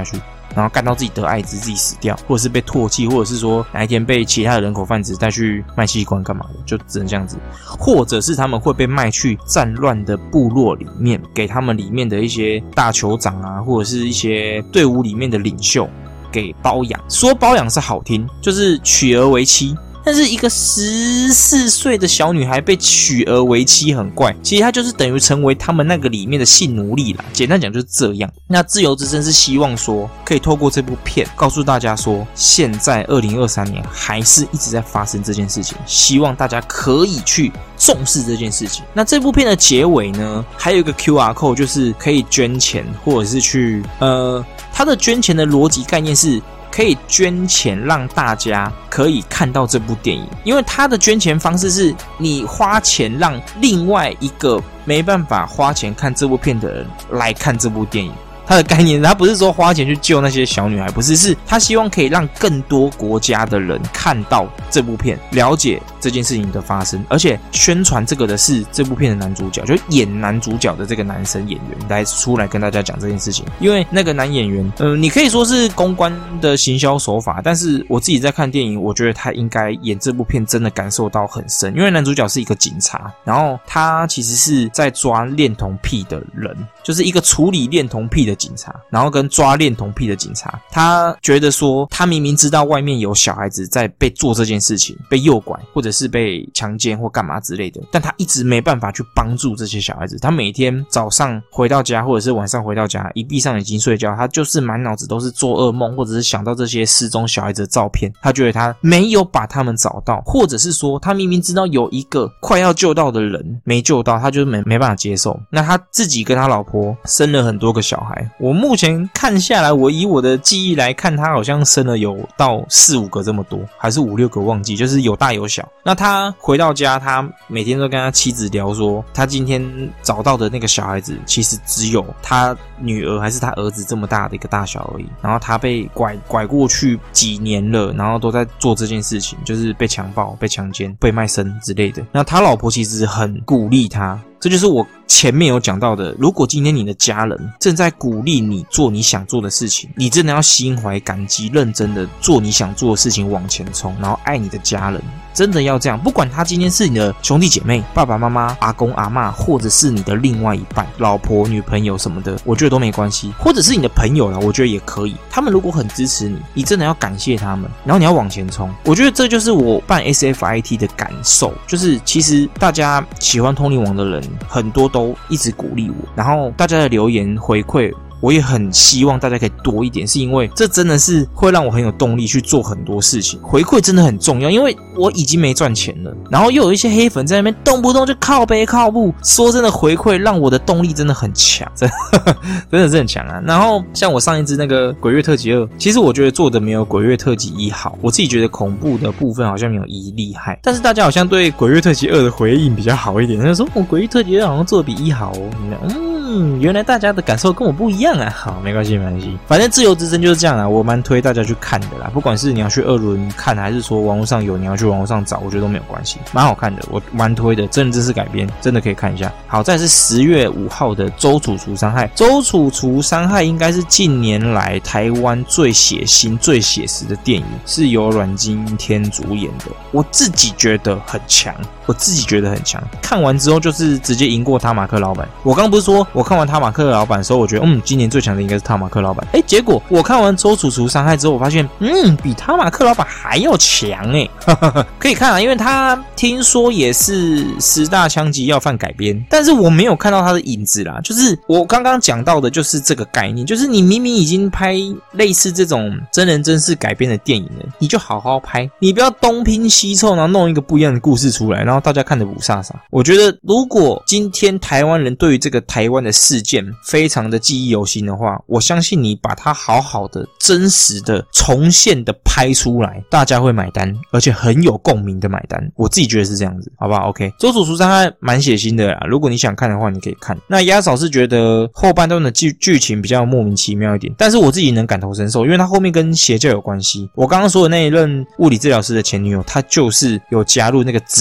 然后干到自己得艾滋自己死掉，或者是被唾弃，或者是说哪一天被其他的人口贩子带去卖器官干嘛的，就只能这样子。或者是他们会被卖去战乱的部落里面，给他们里面的一些大酋长啊，或者是一些队伍里面的领袖给包养。说包养是好听，就是娶儿为妻。但是一个十四岁的小女孩被娶儿为妻很怪，其实她就是等于成为他们那个里面的性奴隶啦，简单讲就是这样。那自由之声是希望说可以透过这部片告诉大家说，现在二零二三年还是一直在发生这件事情，希望大家可以去重视这件事情。那这部片的结尾呢，还有一个 Q R code， 就是可以捐钱，或者是去呃，它的捐钱的逻辑概念是可以捐钱让大家可以看到这部电影，因为他的捐钱方式是你花钱让另外一个没办法花钱看这部片的人来看这部电影。他的概念，他不是说花钱去救那些小女孩，不是，是他希望可以让更多国家的人看到这部片，了解这件事情的发生，而且宣传这个的是这部片的男主角，就演男主角的这个男生演员来出来跟大家讲这件事情。因为那个男演员，嗯、呃，你可以说是公关的行销手法，但是我自己在看电影，我觉得他应该演这部片真的感受到很深，因为男主角是一个警察，然后他其实是在抓恋童癖的人，就是一个处理恋童癖的警察，然后跟抓恋童癖的警察，他觉得说他明明知道外面有小孩子在被做这件事情，被诱拐或者是被强奸或干嘛之类的，但他一直没办法去帮助这些小孩子。他每天早上回到家或者是晚上回到家，一闭上眼睛睡觉，他就是满脑子都是做噩梦，或者是想到这些失踪小孩子的照片，他觉得他没有把他们找到，或者是说他明明知道有一个快要救到的人没救到，他就没没办法接受。那他自己跟他老婆生了很多个小孩，我目前看下来，我以我的记忆来看，他好像生了有到四五个这么多，还是五六个忘记，就是有大有小。那他回到家，他每天都跟他妻子聊说，他今天找到的那个小孩子其实只有他女儿还是他儿子这么大的一个大小而已，然后他被拐拐过去几年了，然后都在做这件事情，就是被强暴、被强奸、被卖身之类的。那他老婆其实很鼓励他，这就是我前面有讲到的，如果今天你的家人正在鼓励你做你想做的事情，你真的要心怀感激，认真的做你想做的事情往前冲，然后爱你的家人，真的要这样。不管他今天是你的兄弟姐妹、爸爸妈妈、阿公阿嬷，或者是你的另外一半、老婆、女朋友什么的，我觉得都没关系，或者是你的朋友啦，我觉得也可以。他们如果很支持你，你真的要感谢他们，然后你要往前冲。我觉得这就是我办 S F I T 的感受，就是其实大家喜欢通灵王的人很多都一直鼓励我，然后大家的留言回馈我也很希望大家可以多一点，是因为这真的是会让我很有动力去做很多事情。回馈真的很重要，因为我已经没赚钱了，然后又有一些黑粉在那边动不动就靠背靠步，说真的回馈让我的动力真的很强，真的真的是很强啊。然后像我上一支那个鬼月特辑二，其实我觉得做的没有鬼月特辑一好，我自己觉得恐怖的部分好像没有一厉害，但是大家好像对鬼月特辑二的回应比较好一点，他说我、哦、鬼月特辑二好像做的比一好哦，嗯，原来大家的感受跟我不一样啊。好，没关系没关系，反正自由之声就是这样啊，我蛮推大家去看的啦，不管是你要去二轮看还是说网络上有你要去网络上找，我觉得都没有关系，蛮好看的，我蛮推的，真的真是改编，真的可以看一下。好，再来是十月五号的周楚除伤害。周楚除伤害应该是近年来台湾最血腥最写实的电影，是由阮经天主演的，我自己觉得很强，我自己觉得很强，看完之后就是直接赢过他马克老板。我刚刚不是说我看完他马克老板的时候，我觉得嗯，今年最强的应该是他马克老板，诶，结果我看完周楚除伤害之后，我发现嗯，比他马克老板还要强诶，可以看啊，因为他听说也是十大枪击要犯改编，但是我没有看到他的影子啦，就是我刚刚讲到的就是这个概念，就是你明明已经拍类似这种真人真事改编的电影了，你就好好拍，你不要东拼西凑，然后弄一个不一样的故事出来，然后大家看得不飒飒。我觉得如果今天台湾人对于这个台湾的事件非常的记忆犹新的话，我相信你把它好好的真实的重现的拍出来，大家会买单，而且很有共鸣的买单，我自己觉得是这样子，好不好 ？OK， 周楚除伤害蛮血腥的啦，如果你想看的话，你可以看。那鸭嫂是觉得后半段的剧剧情比较莫名其妙一点，但是我自己能感同身受，因为他后面跟邪教有关系。我刚刚说的那一任物理治疗师的前女友，她就是有加入那个紫衣神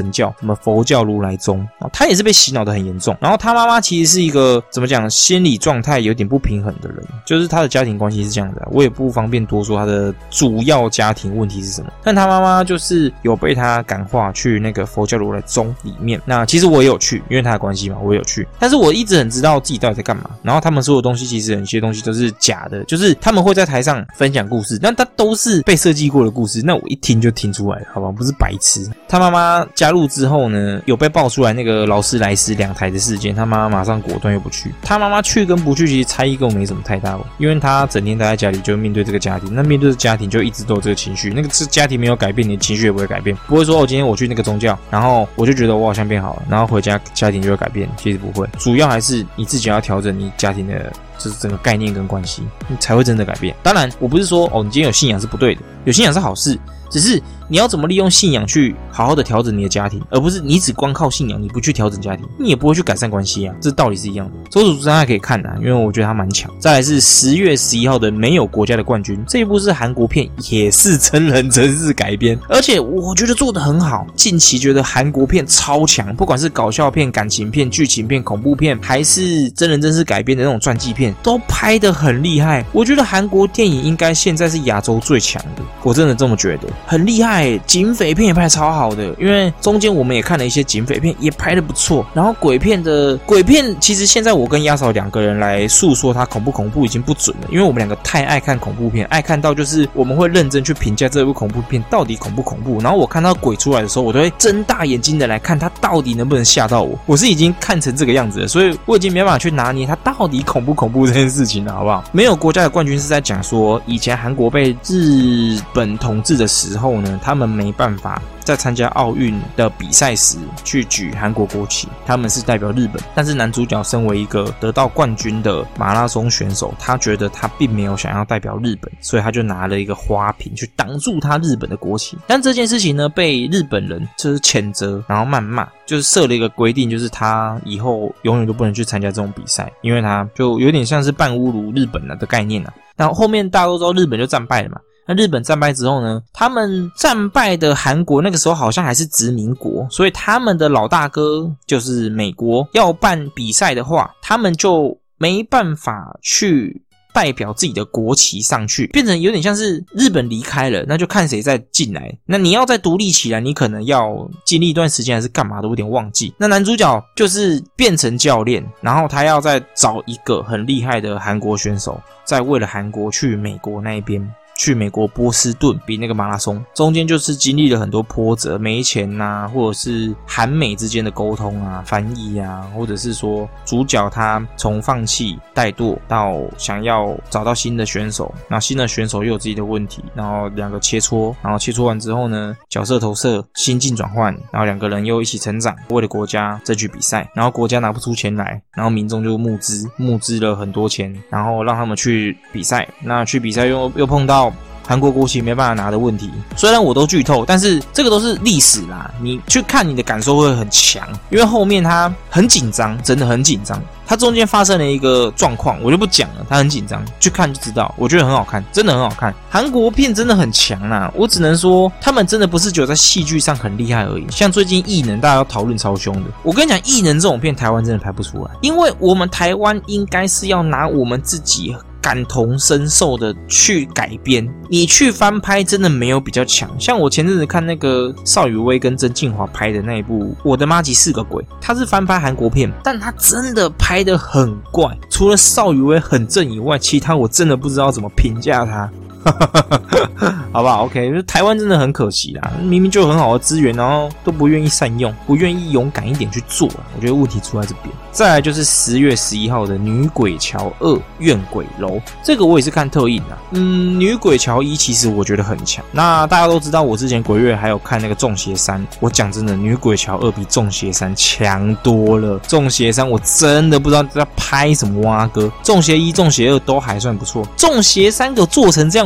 神教，什么佛教、如来宗，他也是被洗脑的很严重。然后他妈妈其实是一个怎么讲，心理状态有点不平衡的人，就是他的家庭关系是这样的、啊，我也不方便多说他的主要家庭问题是什么。但他妈妈就是有被他感化去那个佛教如来宗里面。那其实我也有去，因为他的关系嘛，我也有去。但是我一直很知道自己到底在干嘛。然后他们所有东西其实有些东西都是假的，就是他们会在台上分享故事，但他都是被设计过的故事。那我一听就听出来了，好吧，不是白痴。他妈妈加入之后呢，有被爆出来那个劳斯莱斯两台的事件，他妈妈马上果断又不去。他妈妈去跟不去其实差异跟我没什么太大，因为他整天待在家里就面对这个家庭，那面对这个家庭就一直都有这个情绪，那个是家庭没有改变，你的情绪也不会改变，不会说哦，今天我去那个宗教，然后我就觉得我好像变好了，然后回家家庭就会改变，其实不会，主要还是你自己要调整你家庭的就是整个概念跟关系，你才会真的改变。当然我不是说哦，你今天有信仰是不对的，有信仰是好事，只是你要怎么利用信仰去好好的调整你的家庭，而不是你只光靠信仰，你不去调整家庭，你也不会去改善关系啊，这道理是一样的。周主大家可以看啊，因为我觉得他蛮强。再来是十月十一号的没有国家的冠军，这一部是韩国片，也是真人真事改编，而且我觉得做得很好。近期觉得韩国片超强，不管是搞笑片、感情片、剧情片、恐怖片，还是真人真事改编的那种传记片，都拍得很厉害。我觉得韩国电影应该现在是亚洲最强的，我真的这么觉得，很厉害。警匪片也拍得超好的，因为中间我们也看了一些警匪片，也拍得不错。然后鬼片的鬼片，其实现在我跟鸭嫂两个人来诉说它恐不恐怖已经不准了，因为我们两个太爱看恐怖片，爱看到就是我们会认真去评价这部恐怖片到底恐不恐怖。然后我看到鬼出来的时候，我都会睁大眼睛的来看它到底能不能吓到我。我是已经看成这个样子了，所以我已经没办法去拿捏它到底恐不恐怖这件事情了，好不好？没有国家的冠军是在讲说，以前韩国被日本统治的时候呢，他们没办法在参加奥运的比赛时去举韩国国旗，他们是代表日本。但是男主角身为一个得到冠军的马拉松选手，他觉得他并没有想要代表日本，所以他就拿了一个花瓶去挡住他日本的国旗。但这件事情呢，被日本人就是谴责，然后谩骂，就是设了一个规定，就是他以后永远都不能去参加这种比赛，因为他就有点像是半侮辱日本的概念啊。然后后面大家都知道日本就战败了嘛。那日本战败之后呢，他们战败的韩国那个时候好像还是殖民国，所以他们的老大哥就是美国要办比赛的话，他们就没办法去代表自己的国旗上去，变成有点像是日本离开了，那就看谁再进来。那你要再独立起来，你可能要经历一段时间还是干嘛都有点忘记。那男主角就是变成教练，然后他要再找一个很厉害的韩国选手，再为了韩国去美国那一边，去美国波士顿比那个马拉松，中间就是经历了很多波折，没钱啊，或者是韩美之间的沟通啊、翻译啊，或者是说主角他从放弃怠惰到想要找到新的选手，然后新的选手又有自己的问题，然后两个切磋，然后切磋完之后呢，角色投射、心境转换，然后两个人又一起成长，为了国家争取比赛，然后国家拿不出钱来，然后民众就募资，募资了很多钱，然后让他们去比赛，那去比赛又又碰到韩国国旗没办法拿的问题。虽然我都剧透，但是这个都是历史啦，你去看你的感受会很强，因为后面他很紧张，真的很紧张。他中间发生了一个状况，我就不讲了，他很紧张，去看就知道。我觉得很好看，真的很好看。韩国片真的很强啦，我只能说他们真的不是只有在戏剧上很厉害而已。像最近异能大家要讨论超凶的，我跟你讲，异能这种片台湾真的拍不出来，因为我们台湾应该是要拿我们自己感同身受的去改编，你去翻拍真的没有比较强。像我前阵子看那个邵雨薇跟曾敬骅拍的那一部《我的妈吉四个鬼》，他是翻拍韩国片，但他真的拍得很怪，除了邵雨薇很正以外，其他我真的不知道怎么评价他。好不好 ？OK， 台湾真的很可惜啦，明明就有很好的资源，然后都不愿意善用，不愿意勇敢一点去做啦。我觉得问题出在这边。再来就是十月十一号的《女鬼桥二怨鬼楼》，这个我也是看特映啦。嗯，《女鬼桥一》其实我觉得很强。那大家都知道，我之前鬼月还有看那个《众邪三》，我讲真的，《女鬼桥二》比《众邪三》强多了。《众邪三》我真的不知道在拍什么蛙哥，《众邪一》《众邪二》都还算不错，《众邪三》给我做成这样，我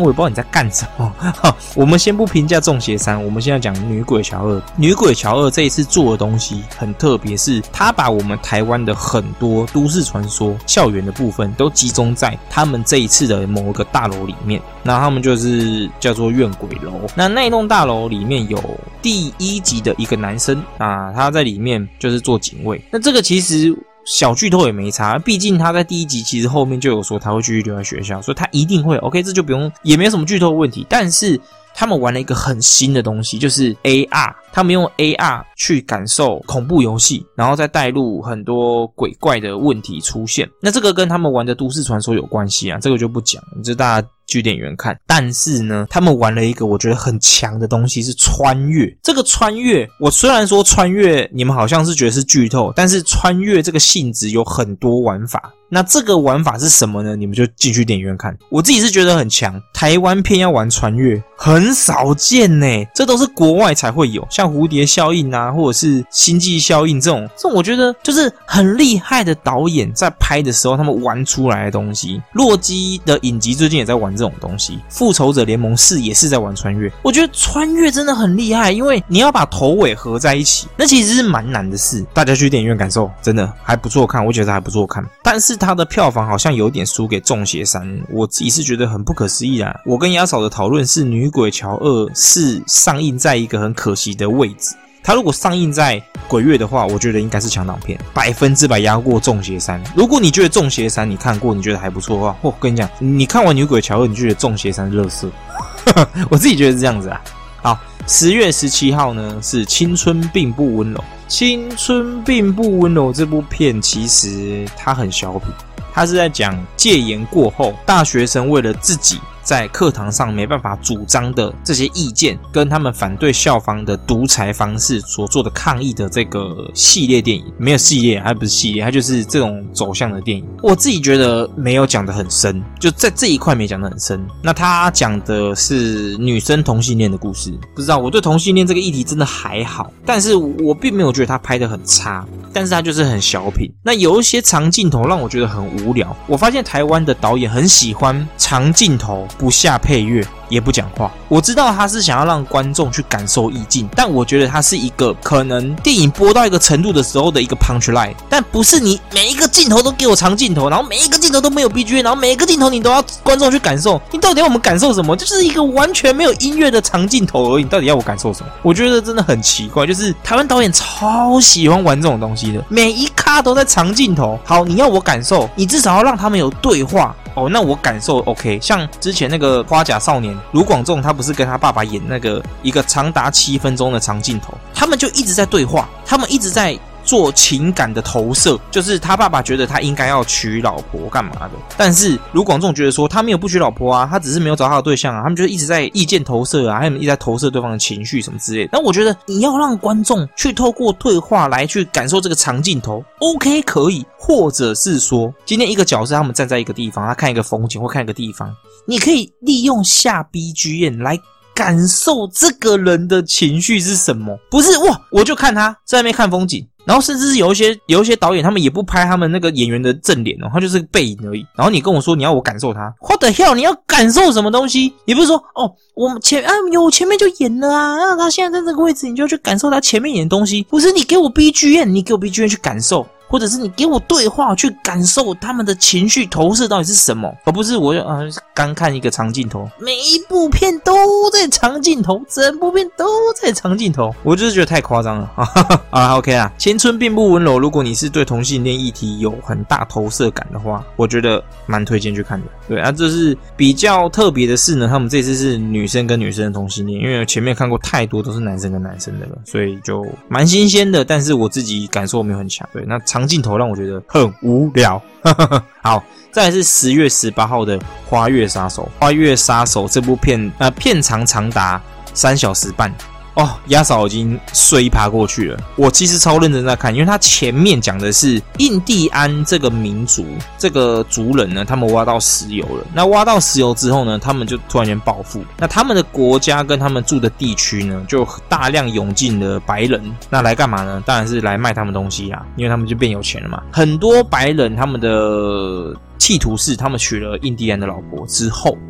也不知道你在干什么。我们先不评价仲邪三，我们现在讲女鬼桥二。女鬼桥二这一次做的东西很特别，是他把我们台湾的很多都市传说校园的部分都集中在他们这一次的某个大楼里面。那他们就是叫做怨鬼楼。那那一栋大楼里面有第一集的一个男生啊，他在里面就是做警卫。那这个其实小剧透也没差，毕竟他在第一集其实后面就有说他会继续留在学校，所以他一定会 OK， 这就不用也没有什么剧透的问题。但是他们玩了一个很新的东西，就是 A R， 他们用 A R 去感受恐怖游戏，然后再带入很多鬼怪的问题出现。那这个跟他们玩的都市传说有关系啊，这个就不讲，这大家去电影院看。但是呢，他们玩了一个我觉得很强的东西，是穿越。这个穿越，我虽然说穿越你们好像是觉得是剧透，但是穿越这个性质有很多玩法。那这个玩法是什么呢？你们就进去电影院看。我自己是觉得很强，台湾片要玩穿越很少见齁，这都是国外才会有，像蝴蝶效应啊，或者是星际效应这种，这种我觉得就是很厉害的导演在拍的时候他们玩出来的东西。洛基的影集最近也在玩这种东西，复仇者联盟四也是在玩穿越。我觉得穿越真的很厉害，因为你要把头尾合在一起，那其实是蛮难的事。大家去电影院感受，真的还不错看，我觉得还不错看。但是它的票房好像有点输给仲邪三，我自己是觉得很不可思议啦。我跟亚嫂的讨论是女鬼桥二是上映在一个很可惜的位置，它如果上映在鬼月的话，我觉得应该是强档片，百分之百压过仲邪三。如果你觉得仲邪三你看过，你觉得还不错的话，我跟你讲，你看完女鬼桥二，你就觉得仲邪三是垃圾。我自己觉得是这样子啊。好，十月十七号呢是青春并不温柔。青春并不温柔这部片其实它很小品，它是在讲戒严过后大学生为了自己在课堂上没办法主张的这些意见，跟他们反对校方的独裁方式所做的抗议的这个系列电影。没有系列，还不是系列，它就是这种走向的电影。我自己觉得没有讲得很深，就在这一块没讲得很深。那他讲的是女生同性恋的故事，不知道我对同性恋这个议题真的还好，但是我并没有觉得他拍得很差，但是他就是很小品。那有一些长镜头让我觉得很无聊。我发现台湾的导演很喜欢长镜头不下配乐也不讲话，我知道他是想要让观众去感受意境，但我觉得他是一个可能电影播到一个程度的时候的一个 punchline， 但不是你每一个镜头都给我长镜头，然后每一个镜头都没有 B G M， 然后每一个镜头你都要观众去感受，你到底要我们感受什么？就是一个完全没有音乐的长镜头而已，你到底要我感受什么？我觉得真的很奇怪，就是台湾导演超喜欢玩这种东西的，每一咖都在长镜头。好，你要我感受，你至少要让他们有对话哦，那我感受 OK。像之前那个花甲少年卢广仲，他不是跟他爸爸演那个一个长达七分钟的长镜头，他们就一直在对话，他们一直在做情感的投射，就是他爸爸觉得他应该要娶老婆干嘛的，但是卢广仲觉得说他没有不娶老婆啊，他只是没有找他的对象啊，他们就一直在意见投射啊，他们一直在投射对方的情绪什么之类的。那我觉得你要让观众去透过对话来去感受这个长镜头 OK 可以，或者是说今天一个角色他们站在一个地方，他看一个风景或看一个地方，你可以利用下 B G M 来感受这个人的情绪是什么，不是哇我就看他在那边看风景，然后甚至是有一些有一些导演他们也不拍他们那个演员的正脸哦，他就是个背影而已，然后你跟我说你要我感受他 What the hell， 你要感受什么东西？你不是说哦我们前啊有前面就演了啊，那他现在在这个位置你就要去感受他前面演的东西，不是你给我 B G M， 你给我 B G M 去感受，或者是你给我对话去感受他们的情绪投射到底是什么，而不是我就啊刚看一个长镜头，每一部片都在长镜头，整部片都在长镜头，我就是觉得太夸张了啊。OK 啦，青春并不温柔，如果你是对同性恋议题有很大投射感的话，我觉得蛮推荐去看的。对啊，这是比较特别的是呢，他们这次是女生跟女生的同性恋，因为前面看过太多都是男生跟男生的了，所以就蛮新鲜的，但是我自己感受没有很强。对，那长镜头让我觉得很无聊。好，再来是十月十八号的《花月杀手》。《花月杀手》这部片，呃，片长长达三小时半。哦，鸭嫂已经睡一趴过去了。我其实超认真在看，因为他前面讲的是印第安这个民族，这个族人呢，他们挖到石油了。那挖到石油之后呢，他们就突然间暴富。那他们的国家跟他们住的地区呢，就大量涌进了白人。那来干嘛呢？当然是来卖他们东西啊，因为他们就变有钱了嘛。很多白人他们的企图是，他们娶了印第安的老婆之后，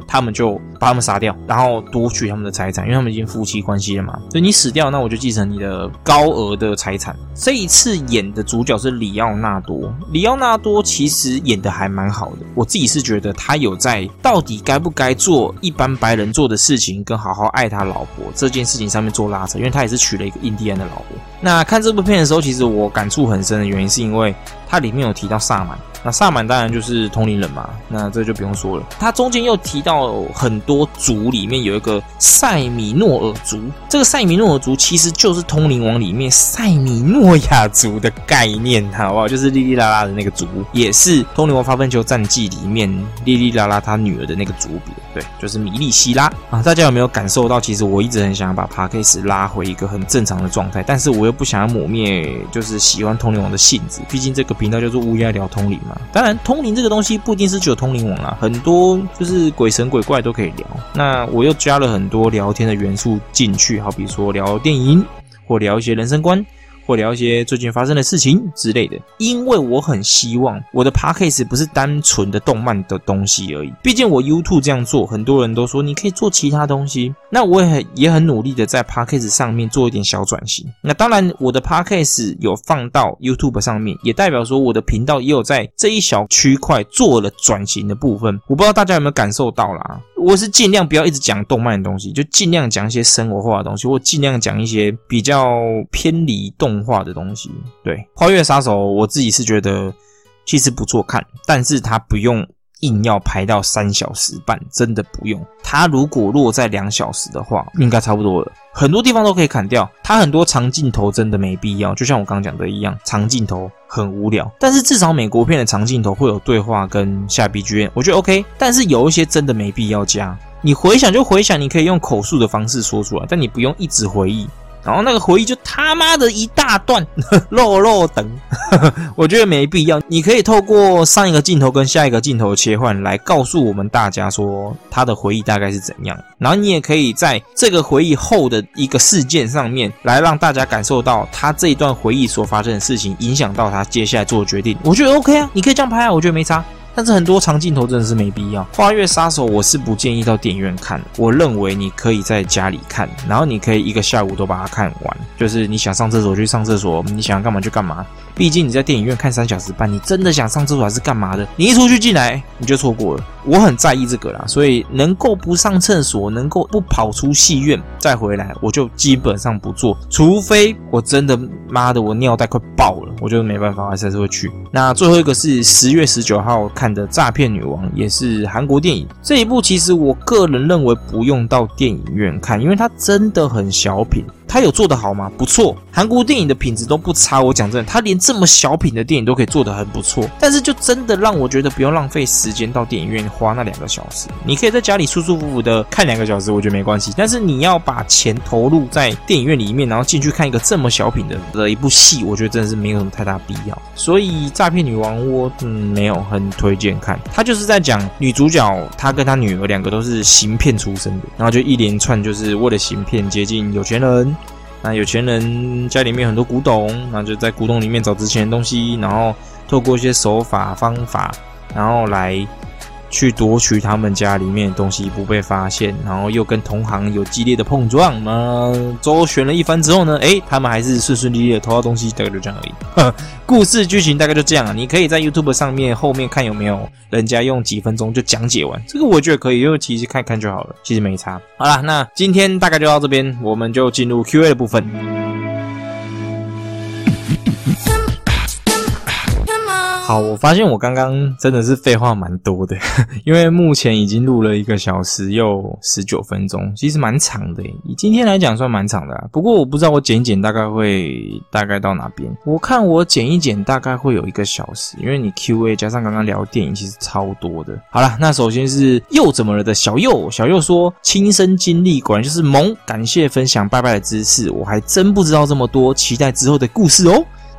他们就把他们杀掉，然后夺取他们的财产，因为他们已经夫妻关系了嘛，所以你死掉，那我就继承你的高额的财产。这一次演的主角是里奥纳多，里奥纳多其实演的还蛮好的，我自己是觉得他有在到底该不该做一般白人做的事情，跟好好爱他老婆这件事情上面做拉扯，因为他也是娶了一个印第安的老婆。那看这部片的时候，其实我感触很深的原因是因为它里面有提到萨满，那萨满当然就是通灵人嘛，那这就不用说了。它中间又提到很多族，里面有一个塞米诺尔族，这个塞米诺尔族其实就是通灵王里面塞米诺亚族的概念，好不好？就是莉莉拉拉的那个族，也是通灵王发分球战记里面莉莉拉拉她女儿的那个族别，对，就是米莉希拉啊。大家有没有感受到？其实我一直很想要把 Podcast 拉回一个很正常的状态，但是我又不想要抹灭就是喜欢通灵王的性质，毕竟这个频道叫做乌鸦聊通灵嘛。当然，通灵这个东西不一定是只有通灵王啦，很多就是鬼神鬼怪都可以聊。那我又加了很多聊天的元素进去，好比说聊电影，或聊一些人生观，或聊一些最近发生的事情之类的。因为我很希望我的 Podcast 不是单纯的动漫的东西而已，毕竟我 YouTube 这样做，很多人都说你可以做其他东西，那我也很也很努力的在 Podcast 上面做一点小转型。那当然我的 Podcast 有放到 YouTube 上面，也代表说我的频道也有在这一小区块做了转型的部分。我不知道大家有没有感受到啦，我是尽量不要一直讲动漫的东西，就尽量讲一些生活化的东西，或尽量讲一些比较偏离动画的东西。对，花月杀手我自己是觉得其实不错看，但是它不用硬要排到三小时半，真的不用。它如果落在两小时的话，应该差不多了。很多地方都可以砍掉，它很多长镜头真的没必要，就像我刚刚讲的一样，长镜头很无聊。但是至少美国片的长镜头会有对话跟下 B G M， 我觉得 OK。但是有一些真的没必要加，你回想就回想，你可以用口述的方式说出来，但你不用一直回忆。然后那个回忆就他妈的一大段肉肉等我觉得没必要。你可以透过上一个镜头跟下一个镜头切换来告诉我们大家说他的回忆大概是怎样，然后你也可以在这个回忆后的一个事件上面来让大家感受到他这一段回忆所发生的事情影响到他接下来做的决定。我觉得 OK 啊，你可以这样拍啊，我觉得没差。但是很多长镜头真的是没必要。花月杀手我是不建议到电影院看，我认为你可以在家里看，然后你可以一个下午都把它看完，就是你想上厕所去上厕所，你想干嘛就干嘛。毕竟你在电影院看三小时半，你真的想上厕所还是干嘛的，你一出去进来你就错过了。我很在意这个啦，所以能够不上厕所，能够不跑出戏院再回来，我就基本上不做，除非我真的妈的我尿袋快爆了，我就没办法还是会去。那最后一个是十月十九号看的诈骗女王，也是韩国电影。这一部其实我个人认为不用到电影院看，因为它真的很小品。它有做得好吗？不错，韩国电影的品质都不差，我讲真的，它连这么小品的电影都可以做得很不错。但是就真的让我觉得不用浪费时间到电影院花那两个小时，你可以在家里舒舒服服的看两个小时，我觉得没关系。但是你要把钱投入在电影院里面，然后进去看一个这么小品的的一部戏，我觉得真的是没有什么太大必要。所以诈骗女王我嗯没有很推荐看，他就是在讲女主角她跟她女儿两个都是行骗出身的，然后就一连串就是为了行骗接近有钱人。那有钱人家里面有很多古董，然后就在古董里面找值钱的东西，然后透过一些手法方法，然后来去夺取他们家里面的东西不被发现，然后又跟同行有激烈的碰撞。那周旋了一番之后呢，诶，他们还是顺顺利利的偷到东西，大概就这样而已。故事剧情大概就这样啊，你可以在 YouTube 上面后面看有没有人家用几分钟就讲解完，这个我觉得可以，因为其实看看就好了，其实没差。好啦，那今天大概就到这边，我们就进入 Q A 的部分。好，我发现我刚刚真的是废话蛮多的，因为目前已经录了一个小时又十九分钟，其实蛮长的耶，以今天来讲算蛮长的啊。不过我不知道我剪一剪大概会大概到哪边，我看我剪一剪大概会有一个小时，因为你 Q A 加上刚刚聊电影其实超多的。好啦，那首先是又怎么了的小右，小右说亲身经历果然就是萌，感谢分享拜拜的知识，我还真不知道这么多，期待之后的故事哦。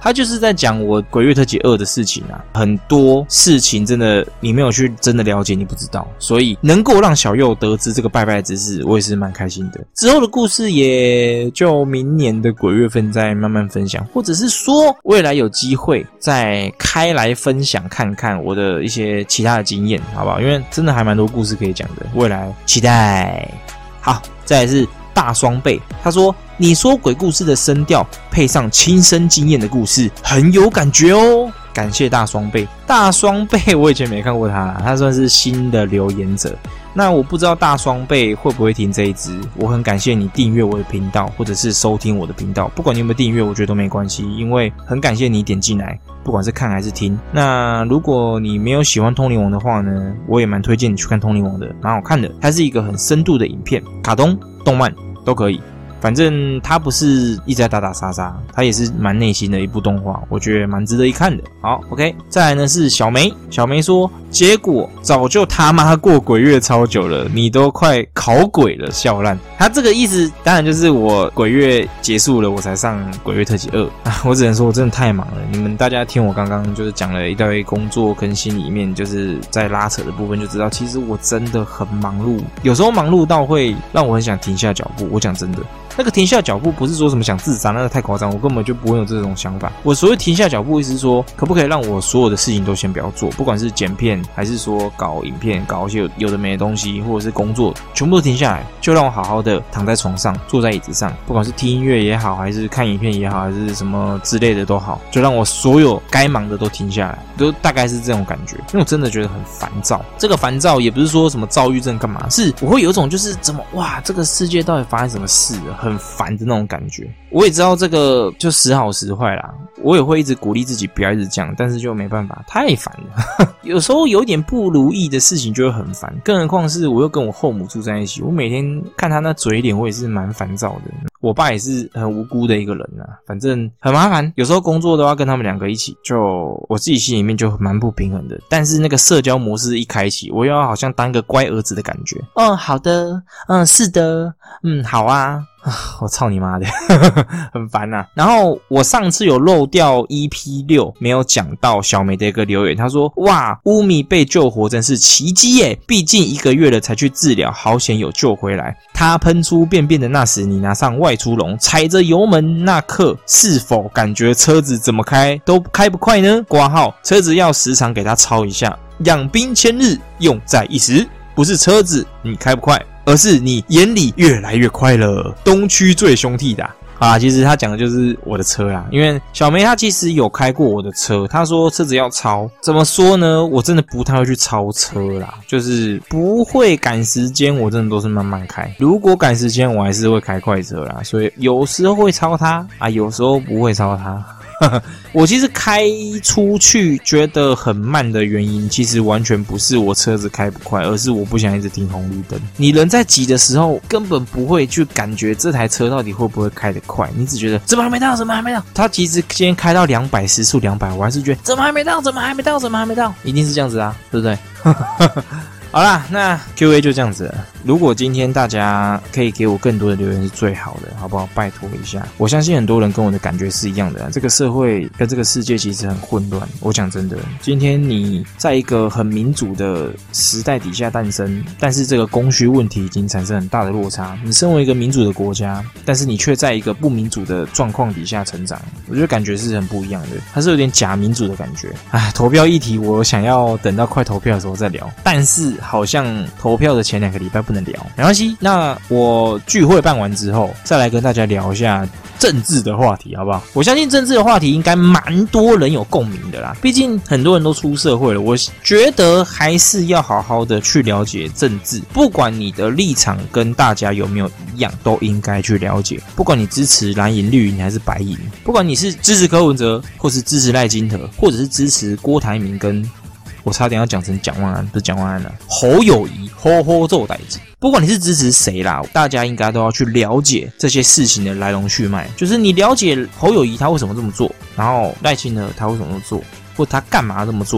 他就是在讲我鬼月特辑二的事情啊，很多事情真的你没有去真的了解，你不知道，所以能够让小佑得知这个拜拜的知识，我也是蛮开心的。之后的故事也就明年的鬼月份再慢慢分享，或者是说未来有机会再开来分享看看我的一些其他的经验，好不好？因为真的还蛮多故事可以讲的，未来期待。好，再来是大双倍，他说你说鬼故事的声调配上亲身经验的故事很有感觉哦，感谢大双倍。大双倍我以前没看过他，他算是新的留言者，那我不知道大双倍会不会听这一支，我很感谢你订阅我的频道或者是收听我的频道，不管你有没有订阅我觉得都没关系，因为很感谢你点进来，不管是看还是听。那如果你没有喜欢通灵王的话呢，我也蛮推荐你去看通灵王的，蛮好看的，它是一个很深度的影片，卡通动漫都可以，反正它不是一直在打打杀杀，它也是蛮内心的一部动画，我觉得蛮值得一看的。好 OK， 再来呢是小梅，小梅说结果早就他妈过鬼月超久了，你都快考鬼了，笑烂。他这个意思当然就是我鬼月结束了我才上鬼月特辑二啊，我只能说我真的太忙了，你们大家听我刚刚就是讲了一大堆工作跟心里面就是在拉扯的部分，就知道其实我真的很忙碌，有时候忙碌到会让我很想停下脚步，我讲真的。那个停下脚步不是说什么想自杀，那个太夸张，我根本就不会有这种想法。我所谓停下脚步意思是说可不可以让我所有的事情都先不要做，不管是剪片还是说搞影片搞一些 有, 有的没的东西，或者是工作全部都停下来，就让我好好的躺在床上坐在椅子上，不管是听音乐也好还是看影片也好还是什么之类的都好，就让我所有该忙的都停下来，都大概是这种感觉。因为我真的觉得很烦躁，这个烦躁也不是说什么躁郁症干嘛，是我会有一种就是怎么哇这个世界到底发生什么事了，很烦的那种感觉。我也知道这个就时好时坏啦，我也会一直鼓励自己不要一直这样，但是就没办法，太烦了有时候有点不如意的事情就会很烦，更何况是我又跟我后母住在一起，我每天看她那嘴脸我也是蛮烦躁的。我爸也是很无辜的一个人啊，反正很麻烦，有时候工作都要跟他们两个一起，就我自己心里面就蛮不平衡的。但是那个社交模式一开启，我又要好像当个乖儿子的感觉。哦，好的，嗯，是的，嗯，好啊。我操你妈的很烦啊。然后我上次有漏掉 E P 六 没有讲到小梅的一个留言，她说哇乌米被救活真是奇迹耶，毕竟一个月了才去治疗，好险有救回来。他喷出便便的那时，你拿上外出笼，踩着油门那刻，是否感觉车子怎么开都开不快呢？括号车子要时常给他操一下，养兵千日用在一时，不是车子你开不快，而是你眼里越来越快了。东区最兄弟的啊，其实他讲的就是我的车啦，因为小梅她其实有开过我的车，她说车子要超，怎么说呢？我真的不太会去超车啦，就是不会赶时间，我真的都是慢慢开。如果赶时间，我还是会开快车啦，所以有时候会超它啊，有时候不会超它。我其实开出去觉得很慢的原因，其实完全不是我车子开不快，而是我不想一直停红绿灯。你人在急的时候，根本不会去感觉这台车到底会不会开得快，你只觉得怎么还没到，怎么还没到。它其实今天开到两百，时速两百，我还是觉得怎么还没到，怎么还没到，怎么还没到，一定是这样子啊，对不对？好啦，那 Q A 就这样子了。如果今天大家可以给我更多的留言是最好的，好不好？拜托一下。我相信很多人跟我的感觉是一样的，这个社会跟这个世界其实很混乱。我讲真的，今天你在一个很民主的时代底下诞生，但是这个供需问题已经产生很大的落差。你身为一个民主的国家，但是你却在一个不民主的状况底下成长，我觉得感觉是很不一样的，它是有点假民主的感觉。唉，投票议题我想要等到快投票的时候再聊，但是好像投票的前两个礼拜不能聊，没关系。那我聚会办完之后，再来跟大家聊一下政治的话题，好不好？我相信政治的话题应该蛮多人有共鸣的啦，毕竟很多人都出社会了。我觉得还是要好好的去了解政治，不管你的立场跟大家有没有一样，都应该去了解。不管你支持蓝营、绿营还是白营，不管你是支持柯文哲，或是支持赖清德，或者是支持郭台铭跟我差点要讲成蒋万安，不是蒋万安了，侯友宜，吼吼做代志。不管你是支持谁啦，大家应该都要去了解这些事情的来龙去脉。就是你了解侯友宜他为什么这么做，然后赖清德他为什么这么做，或他干嘛这么做，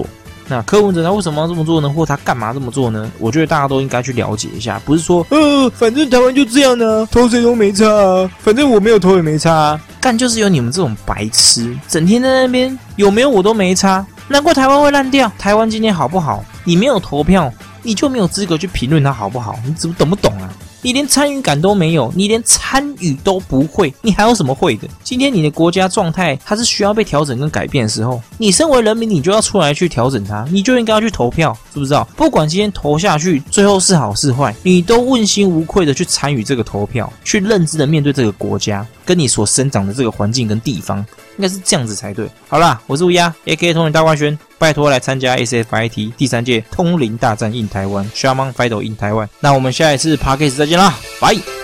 那柯文哲他为什么要这么做呢？或他干嘛这么做呢？我觉得大家都应该去了解一下，不是说呃，反正台湾就这样呢，投谁都没差啊，反正我没有投也没差啊。干就是有你们这种白痴，整天在那边有没有我都没差，难怪台湾会烂掉。台湾今天好不好？你没有投票，你就没有资格去评论它好不好？你怎么懂不懂啊？你连参与感都没有，你连参与都不会，你还有什么会的？今天你的国家状态它是需要被调整跟改变的时候，你身为人民，你就要出来去调整它，你就应该要去投票，知不知道？不管今天投下去最后是好是坏，你都问心无愧的去参与这个投票，去认知的面对这个国家跟你所生长的这个环境跟地方，应该是这样子才对。好啦，我是乌鸦 A K A 通灵大冠轩，拜托来参加 S F I T 第三届通灵大战 in 台湾 Shaman Fight in 台湾。那我们下一次 Podcast 再见啦，拜。